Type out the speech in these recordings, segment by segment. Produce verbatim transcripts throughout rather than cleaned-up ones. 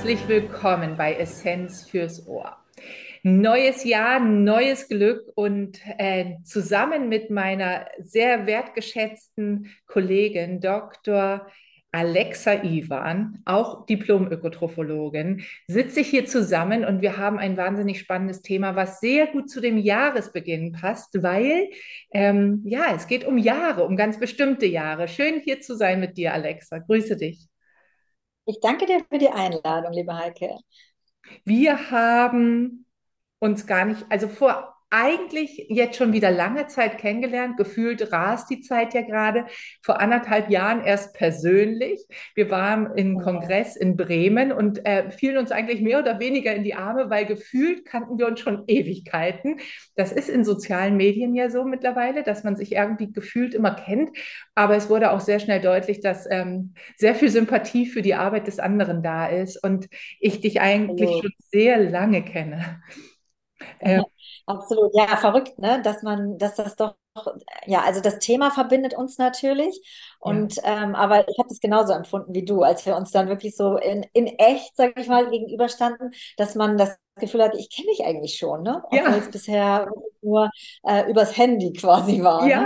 Herzlich willkommen bei Essenz fürs Ohr. Neues Jahr, neues Glück und äh, zusammen mit meiner sehr wertgeschätzten Kollegin Doktor Alexa Iwan, auch Diplom-Ökotrophologin, sitze ich hier zusammen und wir haben ein wahnsinnig spannendes Thema, was sehr gut zu dem Jahresbeginn passt, weil ähm, ja, es geht um Jahre, um ganz bestimmte Jahre. Schön hier zu sein mit dir, Alexa. Grüße dich. Ich danke dir für die Einladung, liebe Heike. Wir haben uns gar nicht, also vor eigentlich jetzt schon wieder lange Zeit kennengelernt. Gefühlt rast die Zeit ja gerade. Vor anderthalb Jahren erst persönlich. Wir waren im Genau. Kongress in Bremen und äh, fielen uns eigentlich mehr oder weniger in die Arme, weil gefühlt kannten wir uns schon Ewigkeiten. Das ist in sozialen Medien ja so mittlerweile, dass man sich irgendwie gefühlt immer kennt. Aber es wurde auch sehr schnell deutlich, dass ähm, sehr viel Sympathie für die Arbeit des anderen da ist und ich dich eigentlich Absolut. schon sehr lange kenne. Ähm, Absolut. Ja, verrückt, ne? Dass man, dass das doch, ja, also das Thema verbindet uns natürlich. ja. Und ähm, aber ich habe das genauso empfunden wie du, als wir uns dann wirklich so in, in echt, sag ich mal, gegenüberstanden, dass man das Gefühl hatte, ich kenne dich eigentlich schon, ne? Obwohl es Ja, bisher wirklich nur äh, übers Handy quasi war, ja. ne?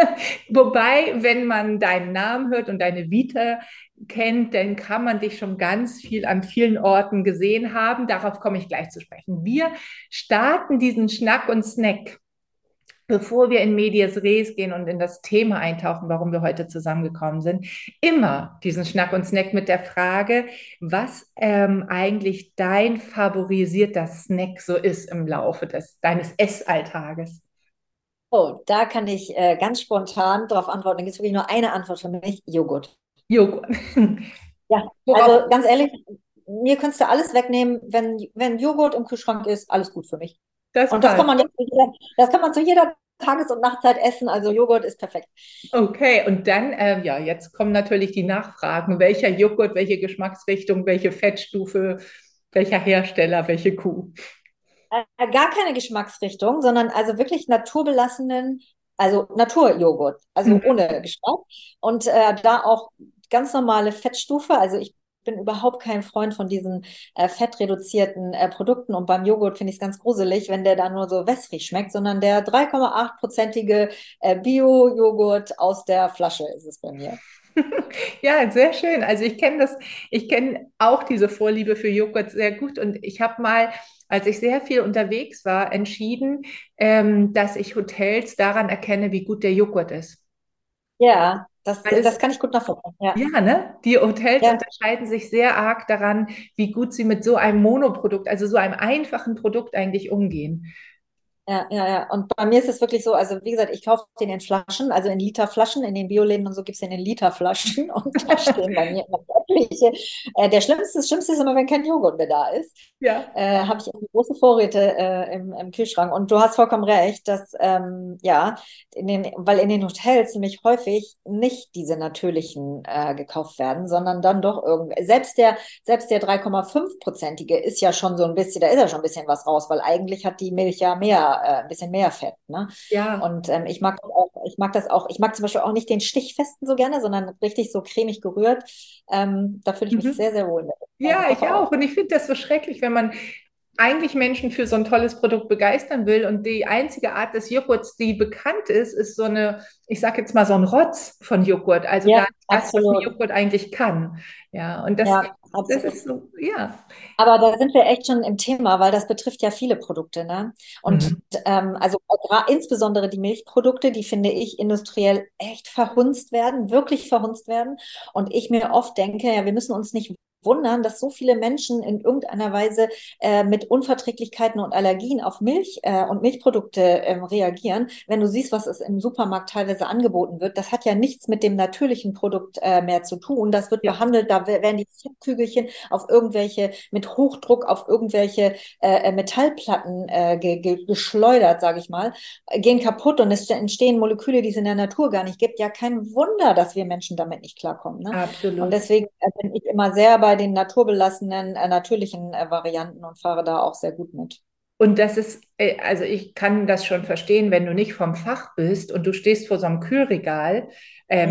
Wobei, wenn man deinen Namen hört und deine Vita kennt, dann kann man dich schon ganz viel an vielen Orten gesehen haben. Darauf komme ich gleich zu sprechen. Wir starten diesen Schnack und Snack, bevor wir in Medias Res gehen und in das Thema eintauchen, warum wir heute zusammengekommen sind, immer diesen Schnack und Snack mit der Frage, was ähm, eigentlich dein favorisierter Snack so ist im Laufe des, deines Essalltages. Oh, da kann ich äh, ganz spontan darauf antworten. Da gibt es wirklich nur eine Antwort für mich: Joghurt. Joghurt. Ja, Worauf? also ganz ehrlich, mir könntest du alles wegnehmen, wenn, wenn Joghurt im Kühlschrank ist, alles gut für mich. Das Und das kann passt. man ja zu jeder, das kann man zu jeder Tages- und Nachtzeit essen, also Joghurt ist perfekt. Okay, und dann, ähm, ja, jetzt kommen natürlich die Nachfragen. Welcher Joghurt, welche Geschmacksrichtung, welche Fettstufe, welcher Hersteller, welche Kuh? Äh, gar keine Geschmacksrichtung, sondern also wirklich naturbelassenen, also Naturjoghurt, also Mhm. ohne Geschmack. Und äh, da auch ganz normale Fettstufe. Also ich bin überhaupt kein Freund von diesen äh, fettreduzierten äh, Produkten. Und beim Joghurt finde ich es ganz gruselig, wenn der da nur so wässrig schmeckt, sondern der drei Komma acht-prozentige äh, Bio-Joghurt aus der Flasche ist es bei mir. Ja, sehr schön. Also ich kenne das, ich kenne auch diese Vorliebe für Joghurt sehr gut und ich habe mal, als ich sehr viel unterwegs war, entschieden, ähm, dass ich Hotels daran erkenne, wie gut der Joghurt ist. Ja, das, Weil es, das kann ich gut nachvollziehen. Ja, ja, ne? Die Hotels ja. unterscheiden sich sehr arg daran, wie gut sie mit so einem Monoprodukt, also so einem einfachen Produkt eigentlich umgehen. Ja, ja, ja. Und bei mir ist es wirklich so, also wie gesagt, ich kaufe den in Flaschen, also in Literflaschen, in den Bioläden und so gibt es den in Literflaschen und da stehen bei mir immer etliche. Äh, der schlimmste, das Schlimmste ist immer, wenn kein Joghurt mehr da ist, Ja. äh, habe ich irgendwie große Vorräte äh, im, im Kühlschrank. Und du hast vollkommen recht, dass, ähm, ja, in den, weil in den Hotels nämlich häufig nicht diese natürlichen äh, gekauft werden, sondern dann doch irgendwie, selbst der, selbst der drei Komma fünf-prozentige ist ja schon so ein bisschen, da ist ja schon ein bisschen was raus, weil eigentlich hat die Milch ja mehr, äh, ein bisschen mehr Fett, ne? Ja. Und ähm, ich mag das auch, ich mag das auch, ich mag zum Beispiel auch nicht den Stichfesten so gerne, sondern richtig so cremig gerührt. Ähm, da fühle ich mich Mhm. sehr, sehr wohl mit. Meine Ja, ich Frau auch. auch. Und ich finde das so schrecklich, wenn man eigentlich Menschen für so ein tolles Produkt begeistern will und die einzige Art des Joghurts, die bekannt ist, ist so eine, ich sage jetzt mal so ein Rotz von Joghurt, also gar Ja, nicht das, was ein absolut. Joghurt eigentlich kann. Ja, und das, Ja, das absolut. ist so, ja. Aber da sind wir echt schon im Thema, weil das betrifft ja viele Produkte, ne? Und Mhm. ähm, also gra- insbesondere die Milchprodukte, die finde ich industriell echt verhunzt werden, wirklich verhunzt werden. Und ich mir oft denke, ja, wir müssen uns nicht wundern, dass so viele Menschen in irgendeiner Weise äh, mit Unverträglichkeiten und Allergien auf Milch äh, und Milchprodukte ähm, reagieren. Wenn du siehst, was es im Supermarkt teilweise angeboten wird, das hat ja nichts mit dem natürlichen Produkt äh, mehr zu tun. Das wird Ja. behandelt, da werden die Fettkügelchen auf irgendwelche, mit Hochdruck auf irgendwelche äh, Metallplatten äh, ge ge geschleudert, sage ich mal, äh, gehen kaputt und es entstehen Moleküle, die es in der Natur gar nicht gibt. Ja, kein Wunder, dass wir Menschen damit nicht klarkommen. Ne? Und Absolut. deswegen äh, bin ich immer sehr bei den naturbelassenen, äh, natürlichen äh, Varianten und fahre da auch sehr gut mit. Und das ist, äh, also ich kann das schon verstehen, wenn du nicht vom Fach bist und du stehst vor so einem Kühlregal. Ähm, Ja.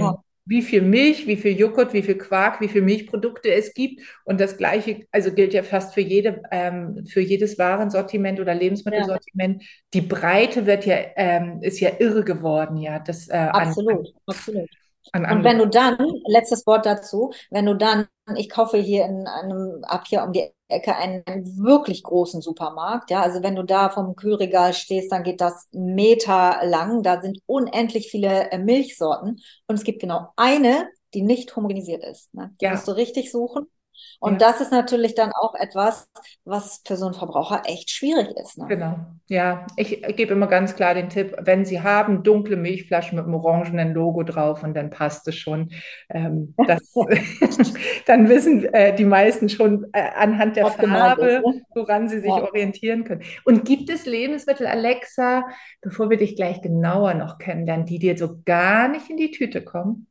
wie viel Milch, wie viel Joghurt, wie viel Quark, wie viel Milchprodukte es gibt. Und das Gleiche, also gilt ja fast für jede, ähm, für jedes Warensortiment oder Ja, Lebensmittelsortiment. Die Breite wird ja, ähm, ist ja irre geworden, ja, das äh, an, absolut, absolut. an Und wenn Angeboten. du dann, letztes Wort dazu, wenn du dann, ich kaufe hier in einem, ab hier um die Ecke einen, einen wirklich großen Supermarkt, ja, also wenn du da vom Kühlregal stehst, dann geht das Meter lang, da sind unendlich viele äh, Milchsorten und es gibt genau eine, die nicht homogenisiert ist, ne? Die musst Ja, du richtig suchen. Und ja. das ist natürlich dann auch etwas, was für so einen Verbraucher echt schwierig ist, ne? Genau. Ja, ich gebe immer ganz klar den Tipp, wenn Sie haben, dunkle Milchflaschen mit einem orangenen Logo drauf und dann passt es schon. Ähm, das, dann wissen äh, die meisten schon äh, anhand der Was gemeint ist, Farbe, ne? woran sie sich Ja. orientieren können. Und gibt es Lebensmittel, Alexa, bevor wir dich gleich genauer noch kennenlernen, die dir so gar nicht in die Tüte kommen?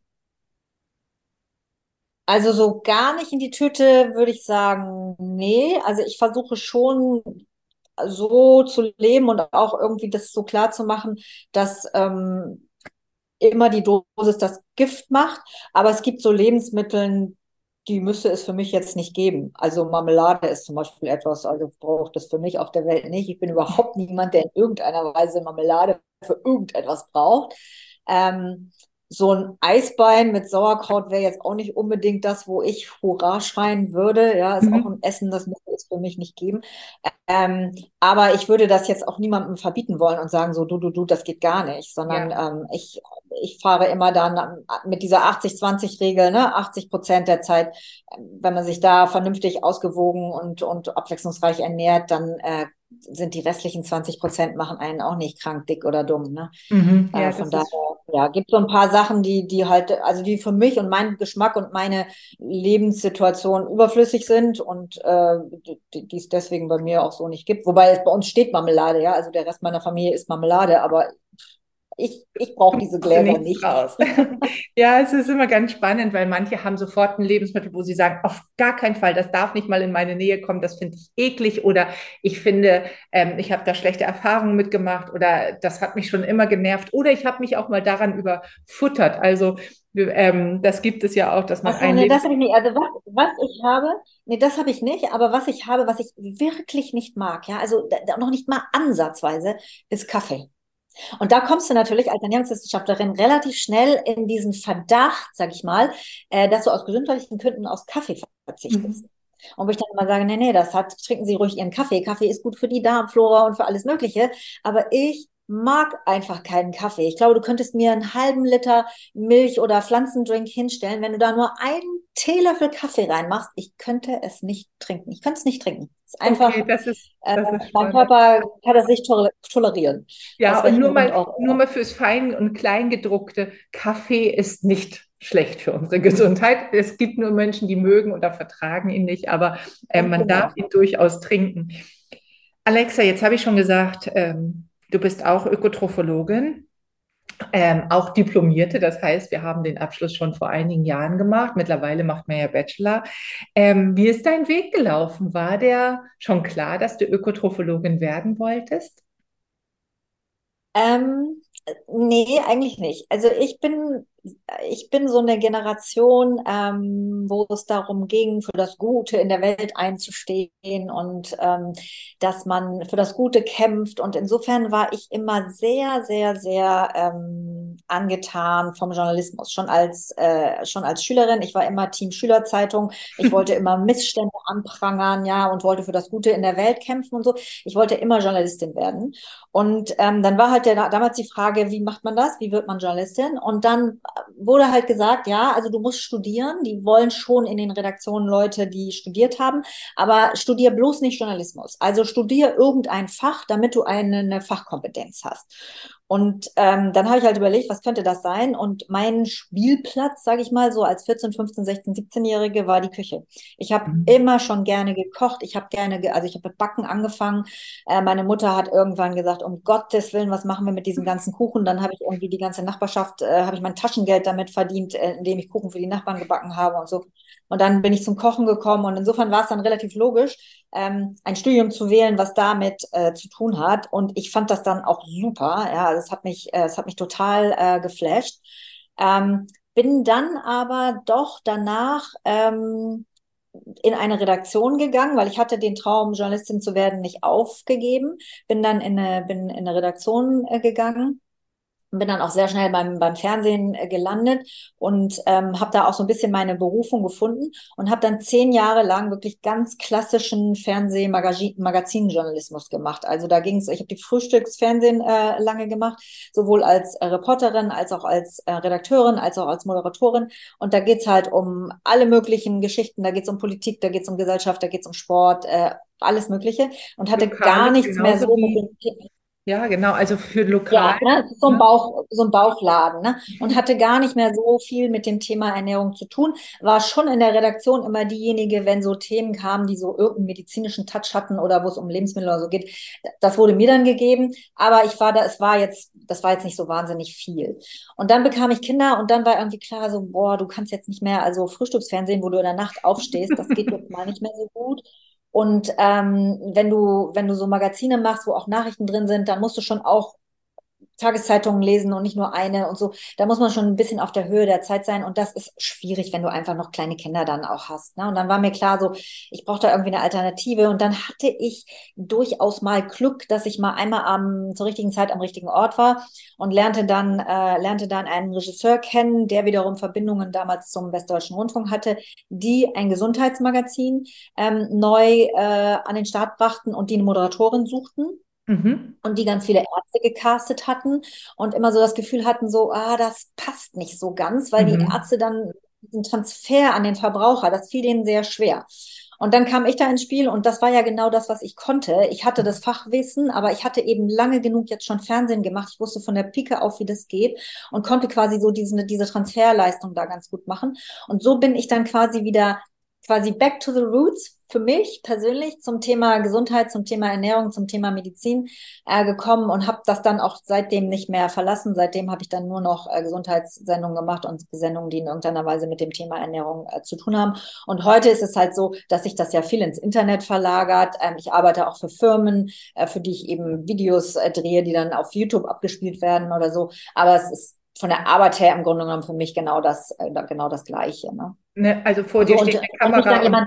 Also so gar nicht in die Tüte würde ich sagen, nee. Also ich versuche schon so zu leben und auch irgendwie das so klar zu machen, dass ähm, immer die Dosis das Gift macht. Aber es gibt so Lebensmittel, die müsste es für mich jetzt nicht geben. Also Marmelade ist zum Beispiel etwas, also braucht es für mich auf der Welt nicht. Ich bin überhaupt niemand, der in irgendeiner Weise Marmelade für irgendetwas braucht. Ähm, so ein Eisbein mit Sauerkraut wäre jetzt auch nicht unbedingt das, wo ich Hurra schreien würde. Ja, ist auch ein Mhm. Essen, das muss es für mich nicht geben. Ähm, aber ich würde das jetzt auch niemandem verbieten wollen und sagen, so du, du, du, das geht gar nicht, sondern Ja. ähm, ich, ich fahre immer dann mit dieser achtzig zwanzig Regel, ne? achtzig Prozent der Zeit, wenn man sich da vernünftig ausgewogen und, und abwechslungsreich ernährt, dann äh, sind die restlichen zwanzig Prozent machen einen auch nicht krank, dick oder dumm. Ne? Mhm. Äh, Ja, von das daher, ist ja, gibt so ein paar Sachen, die, die halt, also die für mich und meinen Geschmack und meine Lebenssituation überflüssig sind und äh, die, die es deswegen bei mir auch so nicht gibt. Wobei es bei uns steht Marmelade, ja, also der Rest meiner Familie isst Marmelade, aber ich, ich brauche diese du Gläser nichts nicht. draus. Ja, es ist immer ganz spannend, weil manche haben sofort ein Lebensmittel, wo sie sagen, auf gar keinen Fall, das darf nicht mal in meine Nähe kommen, das finde ich eklig oder ich finde, ähm, ich habe da schlechte Erfahrungen mitgemacht oder das hat mich schon immer genervt oder ich habe mich auch mal daran überfuttert. Also ähm, das gibt es ja auch, dass man Ach so, ein nee, das Lebensmittel. habe ich nicht. Also was, was ich habe, nee, das habe ich nicht, aber was ich habe, was ich wirklich nicht mag, ja, also da, noch nicht mal ansatzweise, ist Kaffee. Und da kommst du natürlich als Ernährungswissenschaftlerin relativ schnell in diesen Verdacht, sag ich mal, äh, dass du aus gesundheitlichen Gründen auf Kaffee verzichtest. Mhm. Und wo ich dann immer sage, nee, nee, das hat, trinken Sie ruhig Ihren Kaffee. Kaffee ist gut für die Darmflora und für alles Mögliche. Aber ich mag einfach keinen Kaffee. Ich glaube, du könntest mir einen halben Liter Milch oder Pflanzendrink hinstellen. Wenn du da nur einen Teelöffel Kaffee reinmachst, ich könnte es nicht trinken. Ich könnte es nicht trinken. Es ist Okay, einfach, das ist, äh, das ist mein spannend. Körper kann das nicht tolerieren. Ja, Aus und welchem nur Grund mal, auch nur immer. mal fürs Fein- und Kleingedruckte. Kaffee ist nicht schlecht für unsere Gesundheit. Es gibt nur Menschen, die mögen oder vertragen ihn nicht, aber äh, Ganz man darf genau. ihn durchaus trinken. Alexa, jetzt habe ich schon gesagt, ähm, du bist auch Ökotrophologin, ähm, auch Diplomierte. Das heißt, wir haben den Abschluss schon vor einigen Jahren gemacht. Mittlerweile macht man ja Bachelor. Ähm, wie ist dein Weg gelaufen? War der schon klar, dass du Ökotrophologin werden wolltest? Ähm, nee, eigentlich nicht. Also ich bin, ich bin so eine Generation, ähm, wo es darum ging, für das Gute in der Welt einzustehen und ähm, dass man für das Gute kämpft. Und insofern war ich immer sehr, sehr, sehr ähm, angetan vom Journalismus. Schon als, äh, schon als Schülerin. Ich war immer Team Schülerzeitung. Ich wollte immer Missstände anprangern, ja, und wollte für das Gute in der Welt kämpfen und so. Ich wollte immer Journalistin werden. Und ähm, dann war halt der, damals die Frage, wie macht man das? Wie wird man Journalistin? Und dann wurde halt gesagt, ja, also du musst studieren. Die wollen schon in den Redaktionen Leute, die studiert haben, aber studier bloß nicht Journalismus. Also studier irgendein Fach, damit du eine, eine Fachkompetenz hast. Und ähm, dann habe ich halt überlegt, was könnte das sein? Und mein Spielplatz, sage ich mal, so als vierzehn, fünfzehn, sechzehn, siebzehn-Jährige war die Küche. Ich habe immer schon gerne gekocht. Ich habe gerne, ge also ich habe mit Backen angefangen. Äh, meine Mutter hat irgendwann gesagt, um Gottes Willen, was machen wir mit diesem ganzen Kuchen? Dann habe ich irgendwie die ganze Nachbarschaft, äh, habe ich mein Taschengeld damit verdient, äh, indem ich Kuchen für die Nachbarn gebacken habe und so. Und dann bin ich zum Kochen gekommen und insofern war es dann relativ logisch, ähm, ein Studium zu wählen, was damit äh, zu tun hat. Und ich fand das dann auch super. Ja, also es hat mich, äh, es hat mich total äh, geflasht. Ähm, bin dann aber doch danach ähm, in eine Redaktion gegangen, weil ich hatte den Traum, Journalistin zu werden, nicht aufgegeben. Bin dann in eine, bin in eine Redaktion äh, gegangen. Bin dann auch sehr schnell beim, beim Fernsehen äh, gelandet und ähm, habe da auch so ein bisschen meine Berufung gefunden und habe dann zehn Jahre lang wirklich ganz klassischen Fernseh-Magazin-Journalismus gemacht. Also da ging es, ich habe die Frühstücksfernsehen äh, lange gemacht, sowohl als äh, Reporterin, als auch als äh, Redakteurin, als auch als Moderatorin. Und da geht's halt um alle möglichen Geschichten. Da geht's um Politik, da geht's um Gesellschaft, da geht's um Sport, äh, alles Mögliche. Und hatte gar Lokales nichts mehr genauso so mit wie, dem Thema. ja, genau, also für lokal. Ja, ne, es ist so ein Ne? Bauch, so ein Bauchladen, ne? Und hatte gar nicht mehr so viel mit dem Thema Ernährung zu tun. War schon in der Redaktion immer diejenige, wenn so Themen kamen, die so irgendeinen medizinischen Touch hatten oder wo es um Lebensmittel oder so geht. Das wurde mir dann gegeben. Aber ich war da, es war jetzt, das war jetzt nicht so wahnsinnig viel. Und dann bekam ich Kinder und dann war irgendwie klar so, boah, du kannst jetzt nicht mehr, also Frühstücksfernsehen, wo du in der Nacht aufstehst, das geht jetzt mal nicht mehr so gut. Und ähm, wenn du, wenn du so Magazine machst, wo auch Nachrichten drin sind, dann musst du schon auch Tageszeitungen lesen und nicht nur eine und so. Da muss man schon ein bisschen auf der Höhe der Zeit sein und das ist schwierig, wenn du einfach noch kleine Kinder dann auch hast. Ne? Und dann war mir klar, so ich brauche da irgendwie eine Alternative und dann hatte ich durchaus mal Glück, dass ich mal einmal am zur richtigen Zeit am richtigen Ort war und lernte dann äh, lernte dann einen Regisseur kennen, der wiederum Verbindungen damals zum Westdeutschen Rundfunk hatte, die ein Gesundheitsmagazin ähm, neu äh, an den Start brachten und die eine Moderatorin suchten Mhm. und die ganz viele Ärzte gecastet hatten und immer so das Gefühl hatten, so, ah, das passt nicht so ganz, weil die Mhm. Ärzte dann diesen Transfer an den Verbraucher, das fiel denen sehr schwer. Und dann kam ich da ins Spiel und das war ja genau das, was ich konnte. Ich hatte das Fachwissen, aber ich hatte eben lange genug jetzt schon Fernsehen gemacht. Ich wusste von der Pike auf, wie das geht und konnte quasi so diese, diese Transferleistung da ganz gut machen. Und so bin ich dann quasi wieder quasi back to the roots für mich persönlich zum Thema Gesundheit, zum Thema Ernährung, zum Thema Medizin äh, gekommen und habe das dann auch seitdem nicht mehr verlassen. Seitdem habe ich dann nur noch äh, Gesundheitssendungen gemacht und Sendungen, die in irgendeiner Weise mit dem Thema Ernährung äh, zu tun haben. Und heute ist es halt so, dass sich das ja viel ins Internet verlagert. Ähm, ich arbeite auch für Firmen, äh, für die ich eben Videos äh, drehe, die dann auf YouTube abgespielt werden oder so. Aber es ist von der Arbeit her im Grunde genommen für mich genau das, äh, genau das Gleiche. Ne? Ne, also vor dir So, und steht eine wenn mich dann Kamera und jemand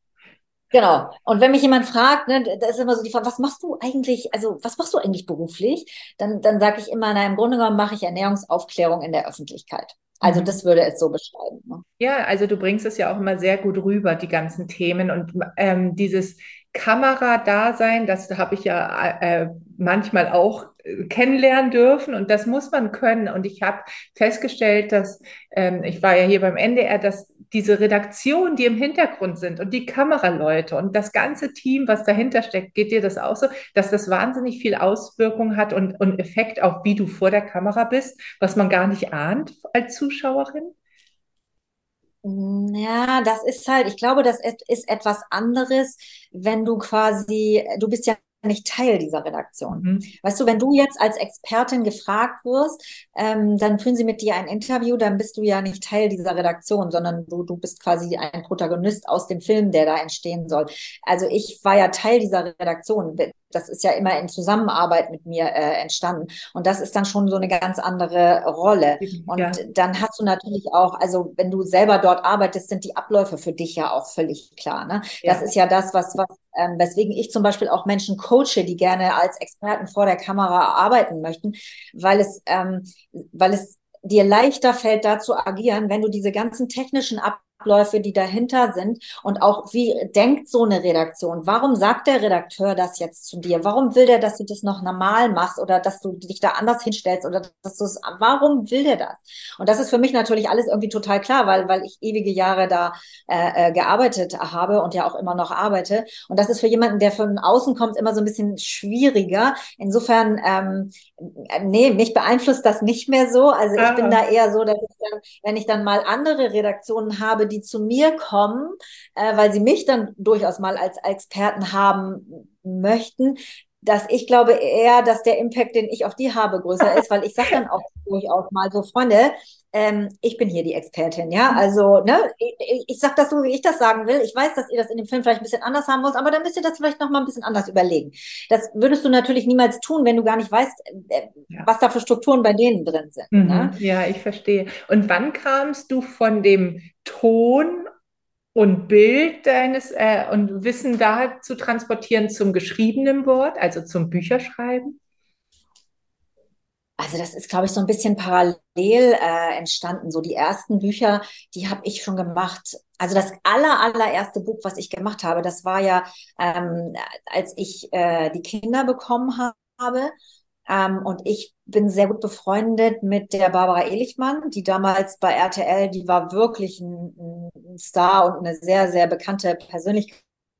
Genau. Und wenn mich jemand fragt, ne, da ist immer so die Frage, was machst du eigentlich, also was machst du eigentlich beruflich? Dann, dann sage ich immer, na, im Grunde genommen mache ich Ernährungsaufklärung in der Öffentlichkeit. Also mhm. das würde es so beschreiben. Ne? Ja, also du bringst es ja auch immer sehr gut rüber, die ganzen Themen und ähm, dieses Kameradasein, das habe ich ja äh, manchmal auch äh, kennenlernen dürfen und das muss man können. Und ich habe festgestellt, dass ähm, ich war ja hier beim N D R, dass diese Redaktion, die im Hintergrund sind und die Kameraleute und das ganze Team, was dahinter steckt, geht dir das auch so, dass das wahnsinnig viel Auswirkung hat und, und Effekt auf, wie du vor der Kamera bist, was man gar nicht ahnt als Zuschauerin? Ja, das ist halt, ich glaube, das ist etwas anderes, wenn du quasi, du bist ja nicht Teil dieser Redaktion. Mhm. Weißt du, wenn du jetzt als Expertin gefragt wirst, ähm, dann führen sie mit dir ein Interview, dann bist du ja nicht Teil dieser Redaktion, sondern du, du bist quasi ein Protagonist aus dem Film, der da entstehen soll. Also ich war ja Teil dieser Redaktion. Das ist ja immer in Zusammenarbeit mit mir äh, entstanden. Und das ist dann schon so eine ganz andere Rolle. Und Ja, dann hast du natürlich auch, also wenn du selber dort arbeitest, sind die Abläufe für dich ja auch völlig klar. Ne? Das ja. ist ja das, was, was ähm, weswegen ich zum Beispiel auch Menschen coache, die gerne als Experten vor der Kamera arbeiten möchten, weil es, ähm, weil es dir leichter fällt, da zu agieren, wenn du diese ganzen technischen Abläufe, die dahinter sind und auch wie denkt so eine Redaktion? Warum sagt der Redakteur das jetzt zu dir? Warum will der, dass du das noch normal machst oder dass du dich da anders hinstellst oder dass du es, warum will der das? Und das ist für mich natürlich alles irgendwie total klar, weil, weil ich ewige Jahre da äh, äh, gearbeitet habe und ja auch immer noch arbeite. Und das ist für jemanden, der von außen kommt, immer so ein bisschen schwieriger. Insofern, ähm, nee, mich beeinflusst das nicht mehr so. Also ich bin Ah, da eher so, dass ich dann, wenn ich dann mal andere Redaktionen habe, die zu mir kommen, äh, weil sie mich dann durchaus mal als Experten haben möchten, dass ich glaube eher, dass der Impact, den ich auf die habe, größer ist, weil ich sage dann auch durchaus mal so, Freunde, ähm, ich bin hier die Expertin, ja, also, ne, ich, ich sage das so, wie ich das sagen will. Ich weiß, dass ihr das in dem Film vielleicht ein bisschen anders haben wollt, aber dann müsst ihr das vielleicht noch mal ein bisschen anders überlegen. Das würdest du natürlich niemals tun, wenn du gar nicht weißt, äh, Ja. was da für Strukturen bei denen drin sind, ne? Mhm. Ja, ich verstehe. Und wann kamst du von dem Ton und Bild deines äh, und Wissen da zu transportieren zum geschriebenen Wort, also zum Bücherschreiben? Also das ist, glaube ich, so ein bisschen parallel äh, entstanden. So die ersten Bücher, die habe ich schon gemacht. Also das aller, allererste Buch, was ich gemacht habe, das war ja, ähm, als ich äh, die Kinder bekommen habe. Ähm, und ich bin sehr gut befreundet mit der Barbara Ehlichmann, die damals bei R T L, die war wirklich ein, ein Star und eine sehr, sehr bekannte Persönlichkeit.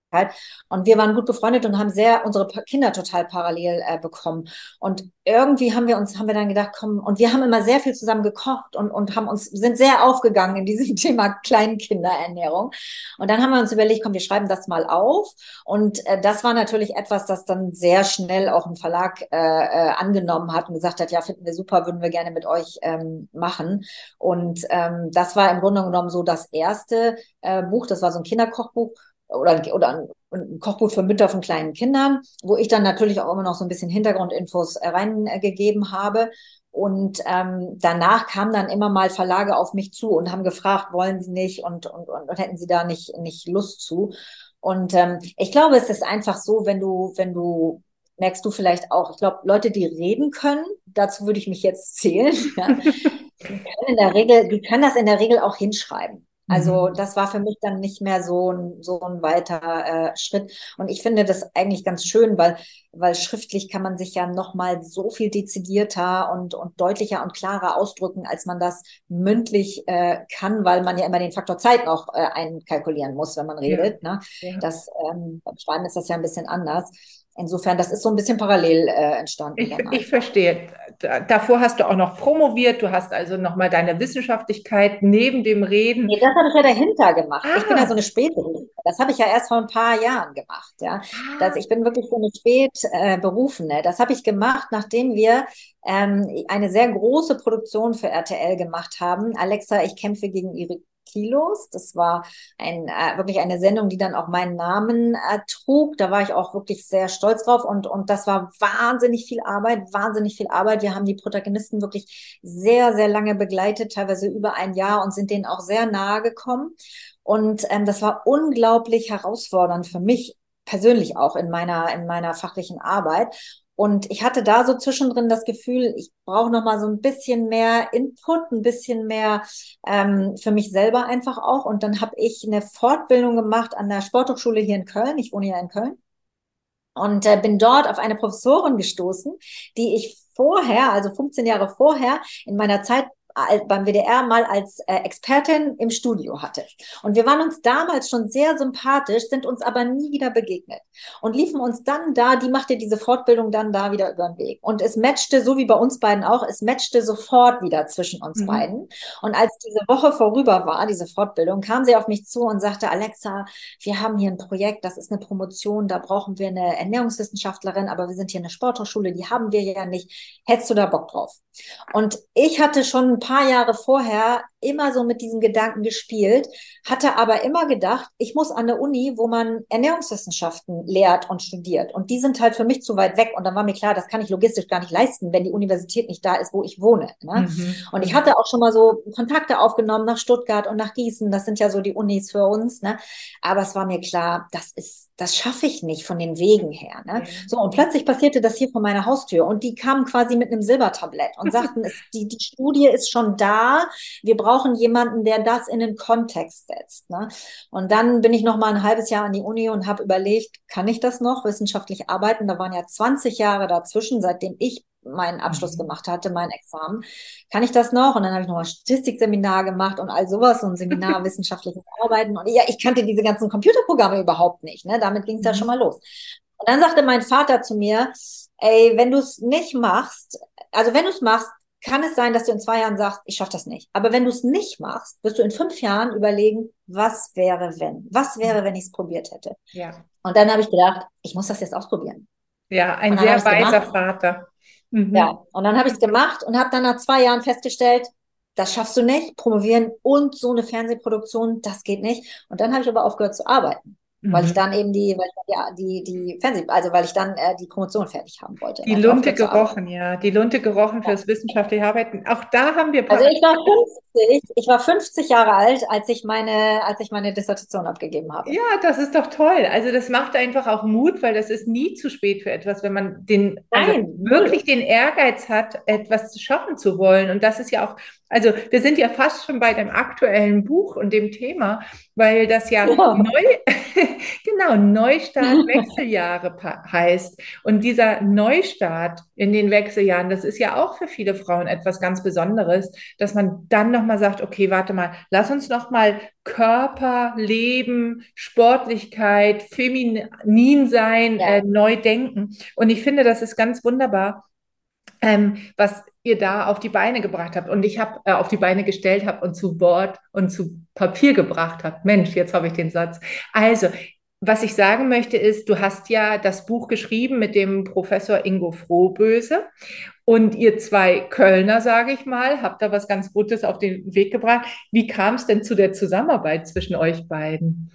Und wir waren gut befreundet und haben sehr unsere Kinder total parallel äh, bekommen. Und irgendwie haben wir uns, haben wir dann gedacht, komm, und wir haben immer sehr viel zusammen gekocht und, und haben uns, sind sehr aufgegangen in diesem Thema Kleinkinderernährung. Und dann haben wir uns überlegt, komm, wir schreiben das mal auf. Und äh, das war natürlich etwas, das dann sehr schnell auch ein Verlag äh, äh, angenommen hat und gesagt hat, ja, finden wir super, würden wir gerne mit euch ähm, machen. Und ähm, das war im Grunde genommen so das erste äh, Buch, das war so ein Kinderkochbuch oder, oder ein, ein Kochbuch für Mütter von kleinen Kindern, wo ich dann natürlich auch immer noch so ein bisschen Hintergrundinfos äh, reingegeben habe. Und ähm, danach kamen dann immer mal Verlage auf mich zu und haben gefragt, wollen sie nicht und, und, und, und hätten sie da nicht, nicht Lust zu. Und ähm, ich glaube, es ist einfach so, wenn du, wenn du, merkst du vielleicht auch, ich glaube, Leute, die reden können, dazu würde ich mich jetzt zählen, ja, die können in der Regel, die können das in der Regel auch hinschreiben. Also Mhm. das war für mich dann nicht mehr so ein, so ein weiter äh, Schritt. Und ich finde das eigentlich ganz schön, weil, weil schriftlich kann man sich ja nochmal so viel dezidierter und, und deutlicher und klarer ausdrücken, als man das mündlich äh, kann, weil man ja immer den Faktor Zeit noch äh, einkalkulieren muss, wenn man Ja, redet. Ne? ja. Das, ähm, beim Schreiben ist das ja ein bisschen anders. Insofern, das ist so ein bisschen parallel äh, entstanden Ich, dann ich einfach. verstehe. Da, davor hast du auch noch promoviert. Du hast also nochmal deine Wissenschaftlichkeit neben dem Reden. Nee, das habe ich ja dahinter gemacht. Ich bin ja so Ah, eine Spätberufene. Das habe ich ja erst vor ein paar Jahren gemacht. Ja, das, ah, ich bin wirklich so eine Spätberufene. Das habe ich gemacht, nachdem wir ähm, eine sehr große Produktion für R T L gemacht haben. Alexa, ich kämpfe gegen ihre Kilos. Das war ein, äh, wirklich eine Sendung, die dann auch meinen Namen äh, trug. Da war ich auch wirklich sehr stolz drauf und, und das war wahnsinnig viel Arbeit, wahnsinnig viel Arbeit. Wir haben die Protagonisten wirklich sehr, sehr lange begleitet, teilweise über ein Jahr und sind denen auch sehr nahe gekommen. Und ähm, das war unglaublich herausfordernd für mich persönlich auch in meiner, in meiner fachlichen Arbeit. Und ich hatte da so zwischendrin das Gefühl, ich brauche noch mal so ein bisschen mehr Input, ein bisschen mehr ähm, für mich selber einfach auch. Und dann habe ich eine Fortbildung gemacht an der Sporthochschule hier in Köln. Ich wohne ja in Köln und äh, bin dort auf eine Professorin gestoßen, die ich vorher, also fünfzehn Jahre vorher, in meiner Zeit beim W D R mal als äh, Expertin im Studio hatte. Und wir waren uns damals schon sehr sympathisch, sind uns aber nie wieder begegnet und liefen uns dann da, die machte diese Fortbildung dann da wieder über den Weg. Und es matchte, so wie bei uns beiden auch, es matchte sofort wieder zwischen uns mhm. beiden. Und als diese Woche vorüber war, diese Fortbildung, kam sie auf mich zu und sagte, Alexa, wir haben hier ein Projekt, das ist eine Promotion, da brauchen wir eine Ernährungswissenschaftlerin, aber wir sind hier eine Sporthochschule, die haben wir ja nicht. Hättest du da Bock drauf? Und ich hatte schon ein paar Jahre vorher immer so mit diesem Gedanken gespielt, hatte aber immer gedacht, ich muss an der Uni, wo man Ernährungswissenschaften lehrt und studiert. Und die sind halt für mich zu weit weg. Und dann war mir klar, das kann ich logistisch gar nicht leisten, wenn die Universität nicht da ist, wo ich wohne. Ne? Mhm. Und ich Mhm. hatte auch schon mal so Kontakte aufgenommen nach Stuttgart und nach Gießen. Das sind ja so die Unis für uns. Ne? Aber es war mir klar, das ist, das schaffe ich nicht von den Wegen her. Ne? Ja. So, und plötzlich passierte das hier vor meiner Haustür. Und die kamen quasi mit einem Silbertablett und sagten, es, die, die Studie ist schon da. Wir brauchen jemanden, der das in den Kontext setzt. Ne? Und dann bin ich noch mal ein halbes Jahr an die Uni und habe überlegt, kann ich das noch wissenschaftlich arbeiten? Da waren ja zwanzig Jahre dazwischen, seitdem ich meinen Abschluss Mhm. gemacht hatte, mein Examen. Kann ich das noch? Und dann habe ich noch ein Statistikseminar gemacht und all sowas, so ein Seminar wissenschaftliches Arbeiten. Und ja, ich kannte diese ganzen Computerprogramme überhaupt nicht. Ne? Damit ging es ja schon Mhm. mal los. Und dann sagte mein Vater zu mir, ey, wenn du es nicht machst, also wenn du es machst, kann es sein, dass du in zwei Jahren sagst, ich schaffe das nicht. Aber wenn du es nicht machst, wirst du in fünf Jahren überlegen, was wäre, wenn? Was wäre, wenn ich es probiert hätte? Ja. Und dann habe ich gedacht, ich muss das jetzt ausprobieren. Ja, ein Und dann habe sehr ich es gemacht. weiser Vater. Mhm. Ja, und dann habe ich es gemacht und habe dann nach zwei Jahren festgestellt, das schaffst du nicht, promovieren und so eine Fernsehproduktion, das geht nicht. Und dann habe ich aber aufgehört zu arbeiten, weil ich Mhm. dann eben die, weil ich, ja, die, die Fernseh, also weil ich dann äh, die Promotion fertig haben wollte. Dann Die habe ich Lunte aufgehört zu arbeiten. gerochen, ja. Die Lunte gerochen Ja. fürs wissenschaftliche Arbeiten. Auch da haben wir Also parallel. ich war fünfzig, ich war fünfzig Jahre alt, als ich meine, als ich meine Dissertation abgegeben habe. Ja, das ist doch toll. Also das macht einfach auch Mut, weil das ist nie zu spät für etwas, wenn man den, also Nein, null. wirklich den Ehrgeiz hat, etwas zu schaffen zu wollen. Und das ist ja auch, also wir sind ja fast schon bei dem aktuellen Buch und dem Thema, weil das ja neu, genau, Neustart Wechseljahre pa- heißt. Und dieser Neustart in den Wechseljahren, das ist ja auch für viele Frauen etwas ganz Besonderes, dass man dann nochmal sagt, okay, warte mal, lass uns nochmal Körper, Leben, Sportlichkeit, feminin sein, Ja. äh, neu denken. Und ich finde, das ist ganz wunderbar, ähm, was ihr da auf die Beine gebracht habt und ich habe äh, auf die Beine gestellt habt und zu Wort und zu Papier gebracht habt. Mensch, jetzt habe ich den Satz. Also, was ich sagen möchte ist, du hast ja das Buch geschrieben mit dem Professor Ingo Frohböse und ihr zwei Kölner, sage ich mal, habt da was ganz Gutes auf den Weg gebracht. Wie kam es denn zu der Zusammenarbeit zwischen euch beiden?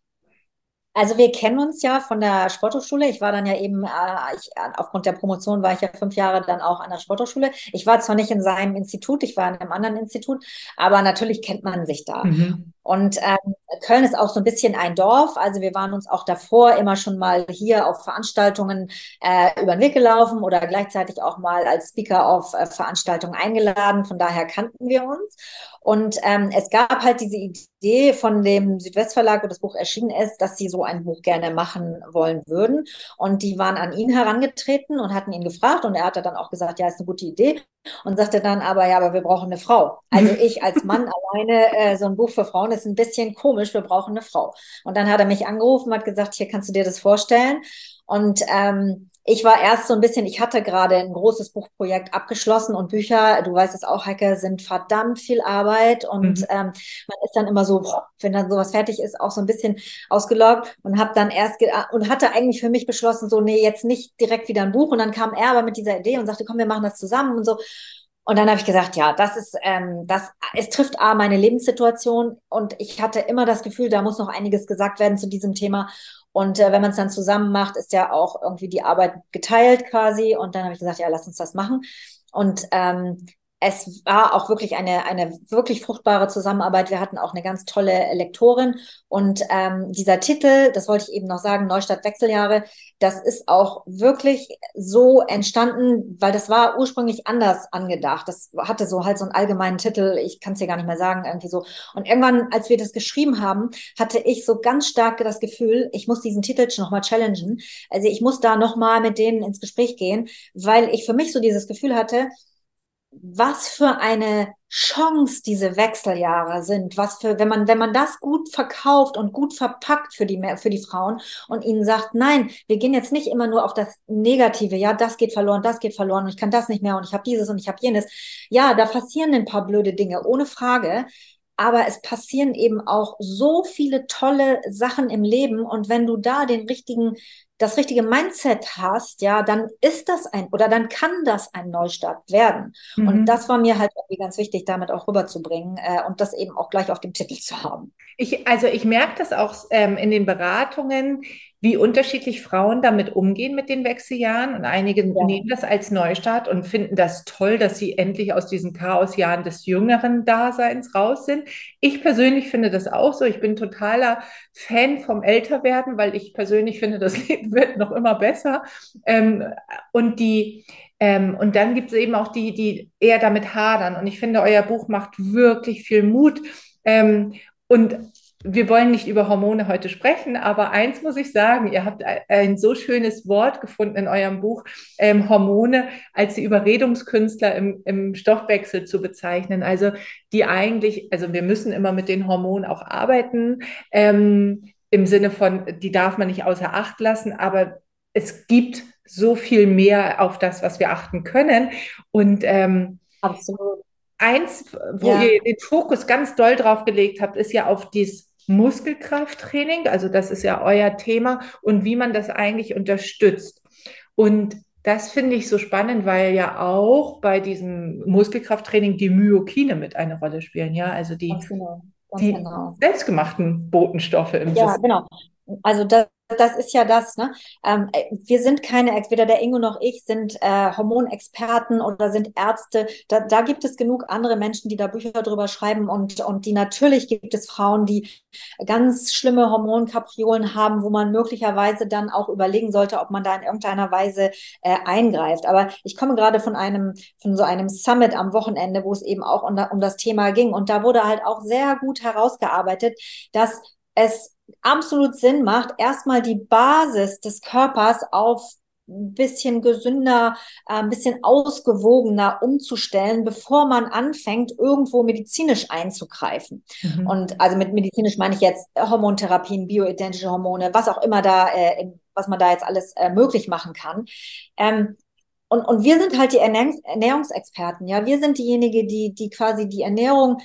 Also wir kennen uns ja von der Sporthochschule. Ich war dann ja eben, äh, ich, äh, aufgrund der Promotion war ich ja fünf Jahre dann auch an der Sporthochschule. Ich war zwar nicht in seinem Institut, ich war in einem anderen Institut, aber natürlich kennt man sich da. Mhm. Und ähm, Köln ist auch so ein bisschen ein Dorf. Also wir waren uns auch davor immer schon mal hier auf Veranstaltungen äh, über den Weg gelaufen oder gleichzeitig auch mal als Speaker auf äh, Veranstaltungen eingeladen. Von daher kannten wir uns. Und ähm, es gab halt diese Idee von dem Südwestverlag, wo das Buch erschienen ist, dass sie so ein Buch gerne machen wollen würden. Und die waren an ihn herangetreten und hatten ihn gefragt. Und er hatte dann auch gesagt, ja, ist eine gute Idee. Und sagte dann aber, ja, aber wir brauchen eine Frau. Also ich als Mann alleine, äh, so ein Buch für Frauen ist ein bisschen komisch, wir brauchen eine Frau. Und dann hat er mich angerufen, hat gesagt, hier kannst du dir das vorstellen. Und ähm, ich war erst so ein bisschen, ich hatte gerade ein großes Buchprojekt abgeschlossen und Bücher, du weißt es auch, Heike, sind verdammt viel Arbeit und Mhm. ähm, man ist dann immer so, boah, wenn dann sowas fertig ist, auch so ein bisschen ausgelaugt und habe dann erst und hatte eigentlich für mich beschlossen, so, nee, jetzt nicht direkt wieder ein Buch und dann kam er aber mit dieser Idee und sagte, komm, wir machen das zusammen und so. Und dann habe ich gesagt, ja, das ist, ähm, das, es trifft A, meine Lebenssituation und ich hatte immer das Gefühl, da muss noch einiges gesagt werden zu diesem Thema. Und äh, wenn man es dann zusammen macht, ist ja auch irgendwie die Arbeit geteilt quasi. Und dann habe ich gesagt, ja, lass uns das machen. Und ähm, es war auch wirklich eine, eine wirklich fruchtbare Zusammenarbeit. Wir hatten auch eine ganz tolle Lektorin. Und ähm, dieser Titel, das wollte ich eben noch sagen, Neustadt Wechseljahre, das ist auch wirklich so entstanden, weil das war ursprünglich anders angedacht. Das hatte so halt so einen allgemeinen Titel, ich kann es dir gar nicht mehr sagen, irgendwie so. Und irgendwann, als wir das geschrieben haben, hatte ich so ganz stark das Gefühl, ich muss diesen Titel schon nochmal challengen. Also ich muss da nochmal mit denen ins Gespräch gehen, weil ich für mich so dieses Gefühl hatte, was für eine Chance diese Wechseljahre sind, was für, wenn man, wenn man das gut verkauft und gut verpackt für die, für die Frauen und ihnen sagt, nein, wir gehen jetzt nicht immer nur auf das Negative, ja, das geht verloren, das geht verloren und ich kann das nicht mehr und ich habe dieses und ich habe jenes. Ja, da passieren ein paar blöde Dinge, ohne Frage. Aber es passieren eben auch so viele tolle Sachen im Leben und wenn du da den richtigen das richtige Mindset hast, ja, dann ist das ein oder dann kann das ein Neustart werden. Und Mhm. das war mir halt irgendwie ganz wichtig, damit auch rüberzubringen äh, und das eben auch gleich auf dem Titel zu haben. Ich, also ich merke das auch ähm, in den Beratungen, wie unterschiedlich Frauen damit umgehen mit den Wechseljahren. Und einige Ja, nehmen das als Neustart und finden das toll, dass sie endlich aus diesen Chaosjahren des jüngeren Daseins raus sind. Ich persönlich finde das auch so. Ich bin totaler Fan vom Älterwerden, weil ich persönlich finde, das Leben wird noch immer besser. Ähm, und die ähm, und dann gibt es eben auch die, die eher damit hadern. Und ich finde, euer Buch macht wirklich viel Mut. Ähm, und wir wollen nicht über Hormone heute sprechen, aber eins muss ich sagen, ihr habt ein so schönes Wort gefunden in eurem Buch, ähm, Hormone als die Überredungskünstler im, im Stoffwechsel zu bezeichnen. Also die eigentlich, also wir müssen immer mit den Hormonen auch arbeiten, ähm, im Sinne von, die darf man nicht außer Acht lassen, aber es gibt so viel mehr auf das, was wir achten können. Und ähm, absolut. eins, wo Ja, ihr den Fokus ganz doll drauf gelegt habt, ist ja auf dieses Muskelkrafttraining. Also das ist ja euer Thema und wie man das eigentlich unterstützt. Und das finde ich so spannend, weil ja auch bei diesem Muskelkrafttraining die Myokine mit eine Rolle spielen, ja, also die, Ganz genau, ganz die genau. selbstgemachten Botenstoffe im Ja, System. genau. Also das, das ist ja das, ne? Ähm, äh, wir sind keine, weder der Ingo noch ich sind äh, Hormonexperten oder sind Ärzte. Da, da gibt es genug andere Menschen, die da Bücher drüber schreiben und, und die natürlich gibt es Frauen, die ganz schlimme Hormonkapriolen haben, wo man möglicherweise dann auch überlegen sollte, ob man da in irgendeiner Weise äh, eingreift. Aber ich komme gerade von einem, von so einem Summit am Wochenende, wo es eben auch um, um das Thema ging. Und da wurde halt auch sehr gut herausgearbeitet, dass es absolut Sinn macht, erstmal die Basis des Körpers auf ein bisschen gesünder, äh, ein bisschen ausgewogener umzustellen, bevor man anfängt, irgendwo medizinisch einzugreifen. Mhm. Und also mit medizinisch meine ich jetzt Hormontherapien, bioidentische Hormone, was auch immer da, äh, was man da jetzt alles äh, möglich machen kann. Ähm, und, und wir sind halt die Ernährungs Ernährungsexperten, ja. Wir sind diejenigen, die, die quasi die Ernährung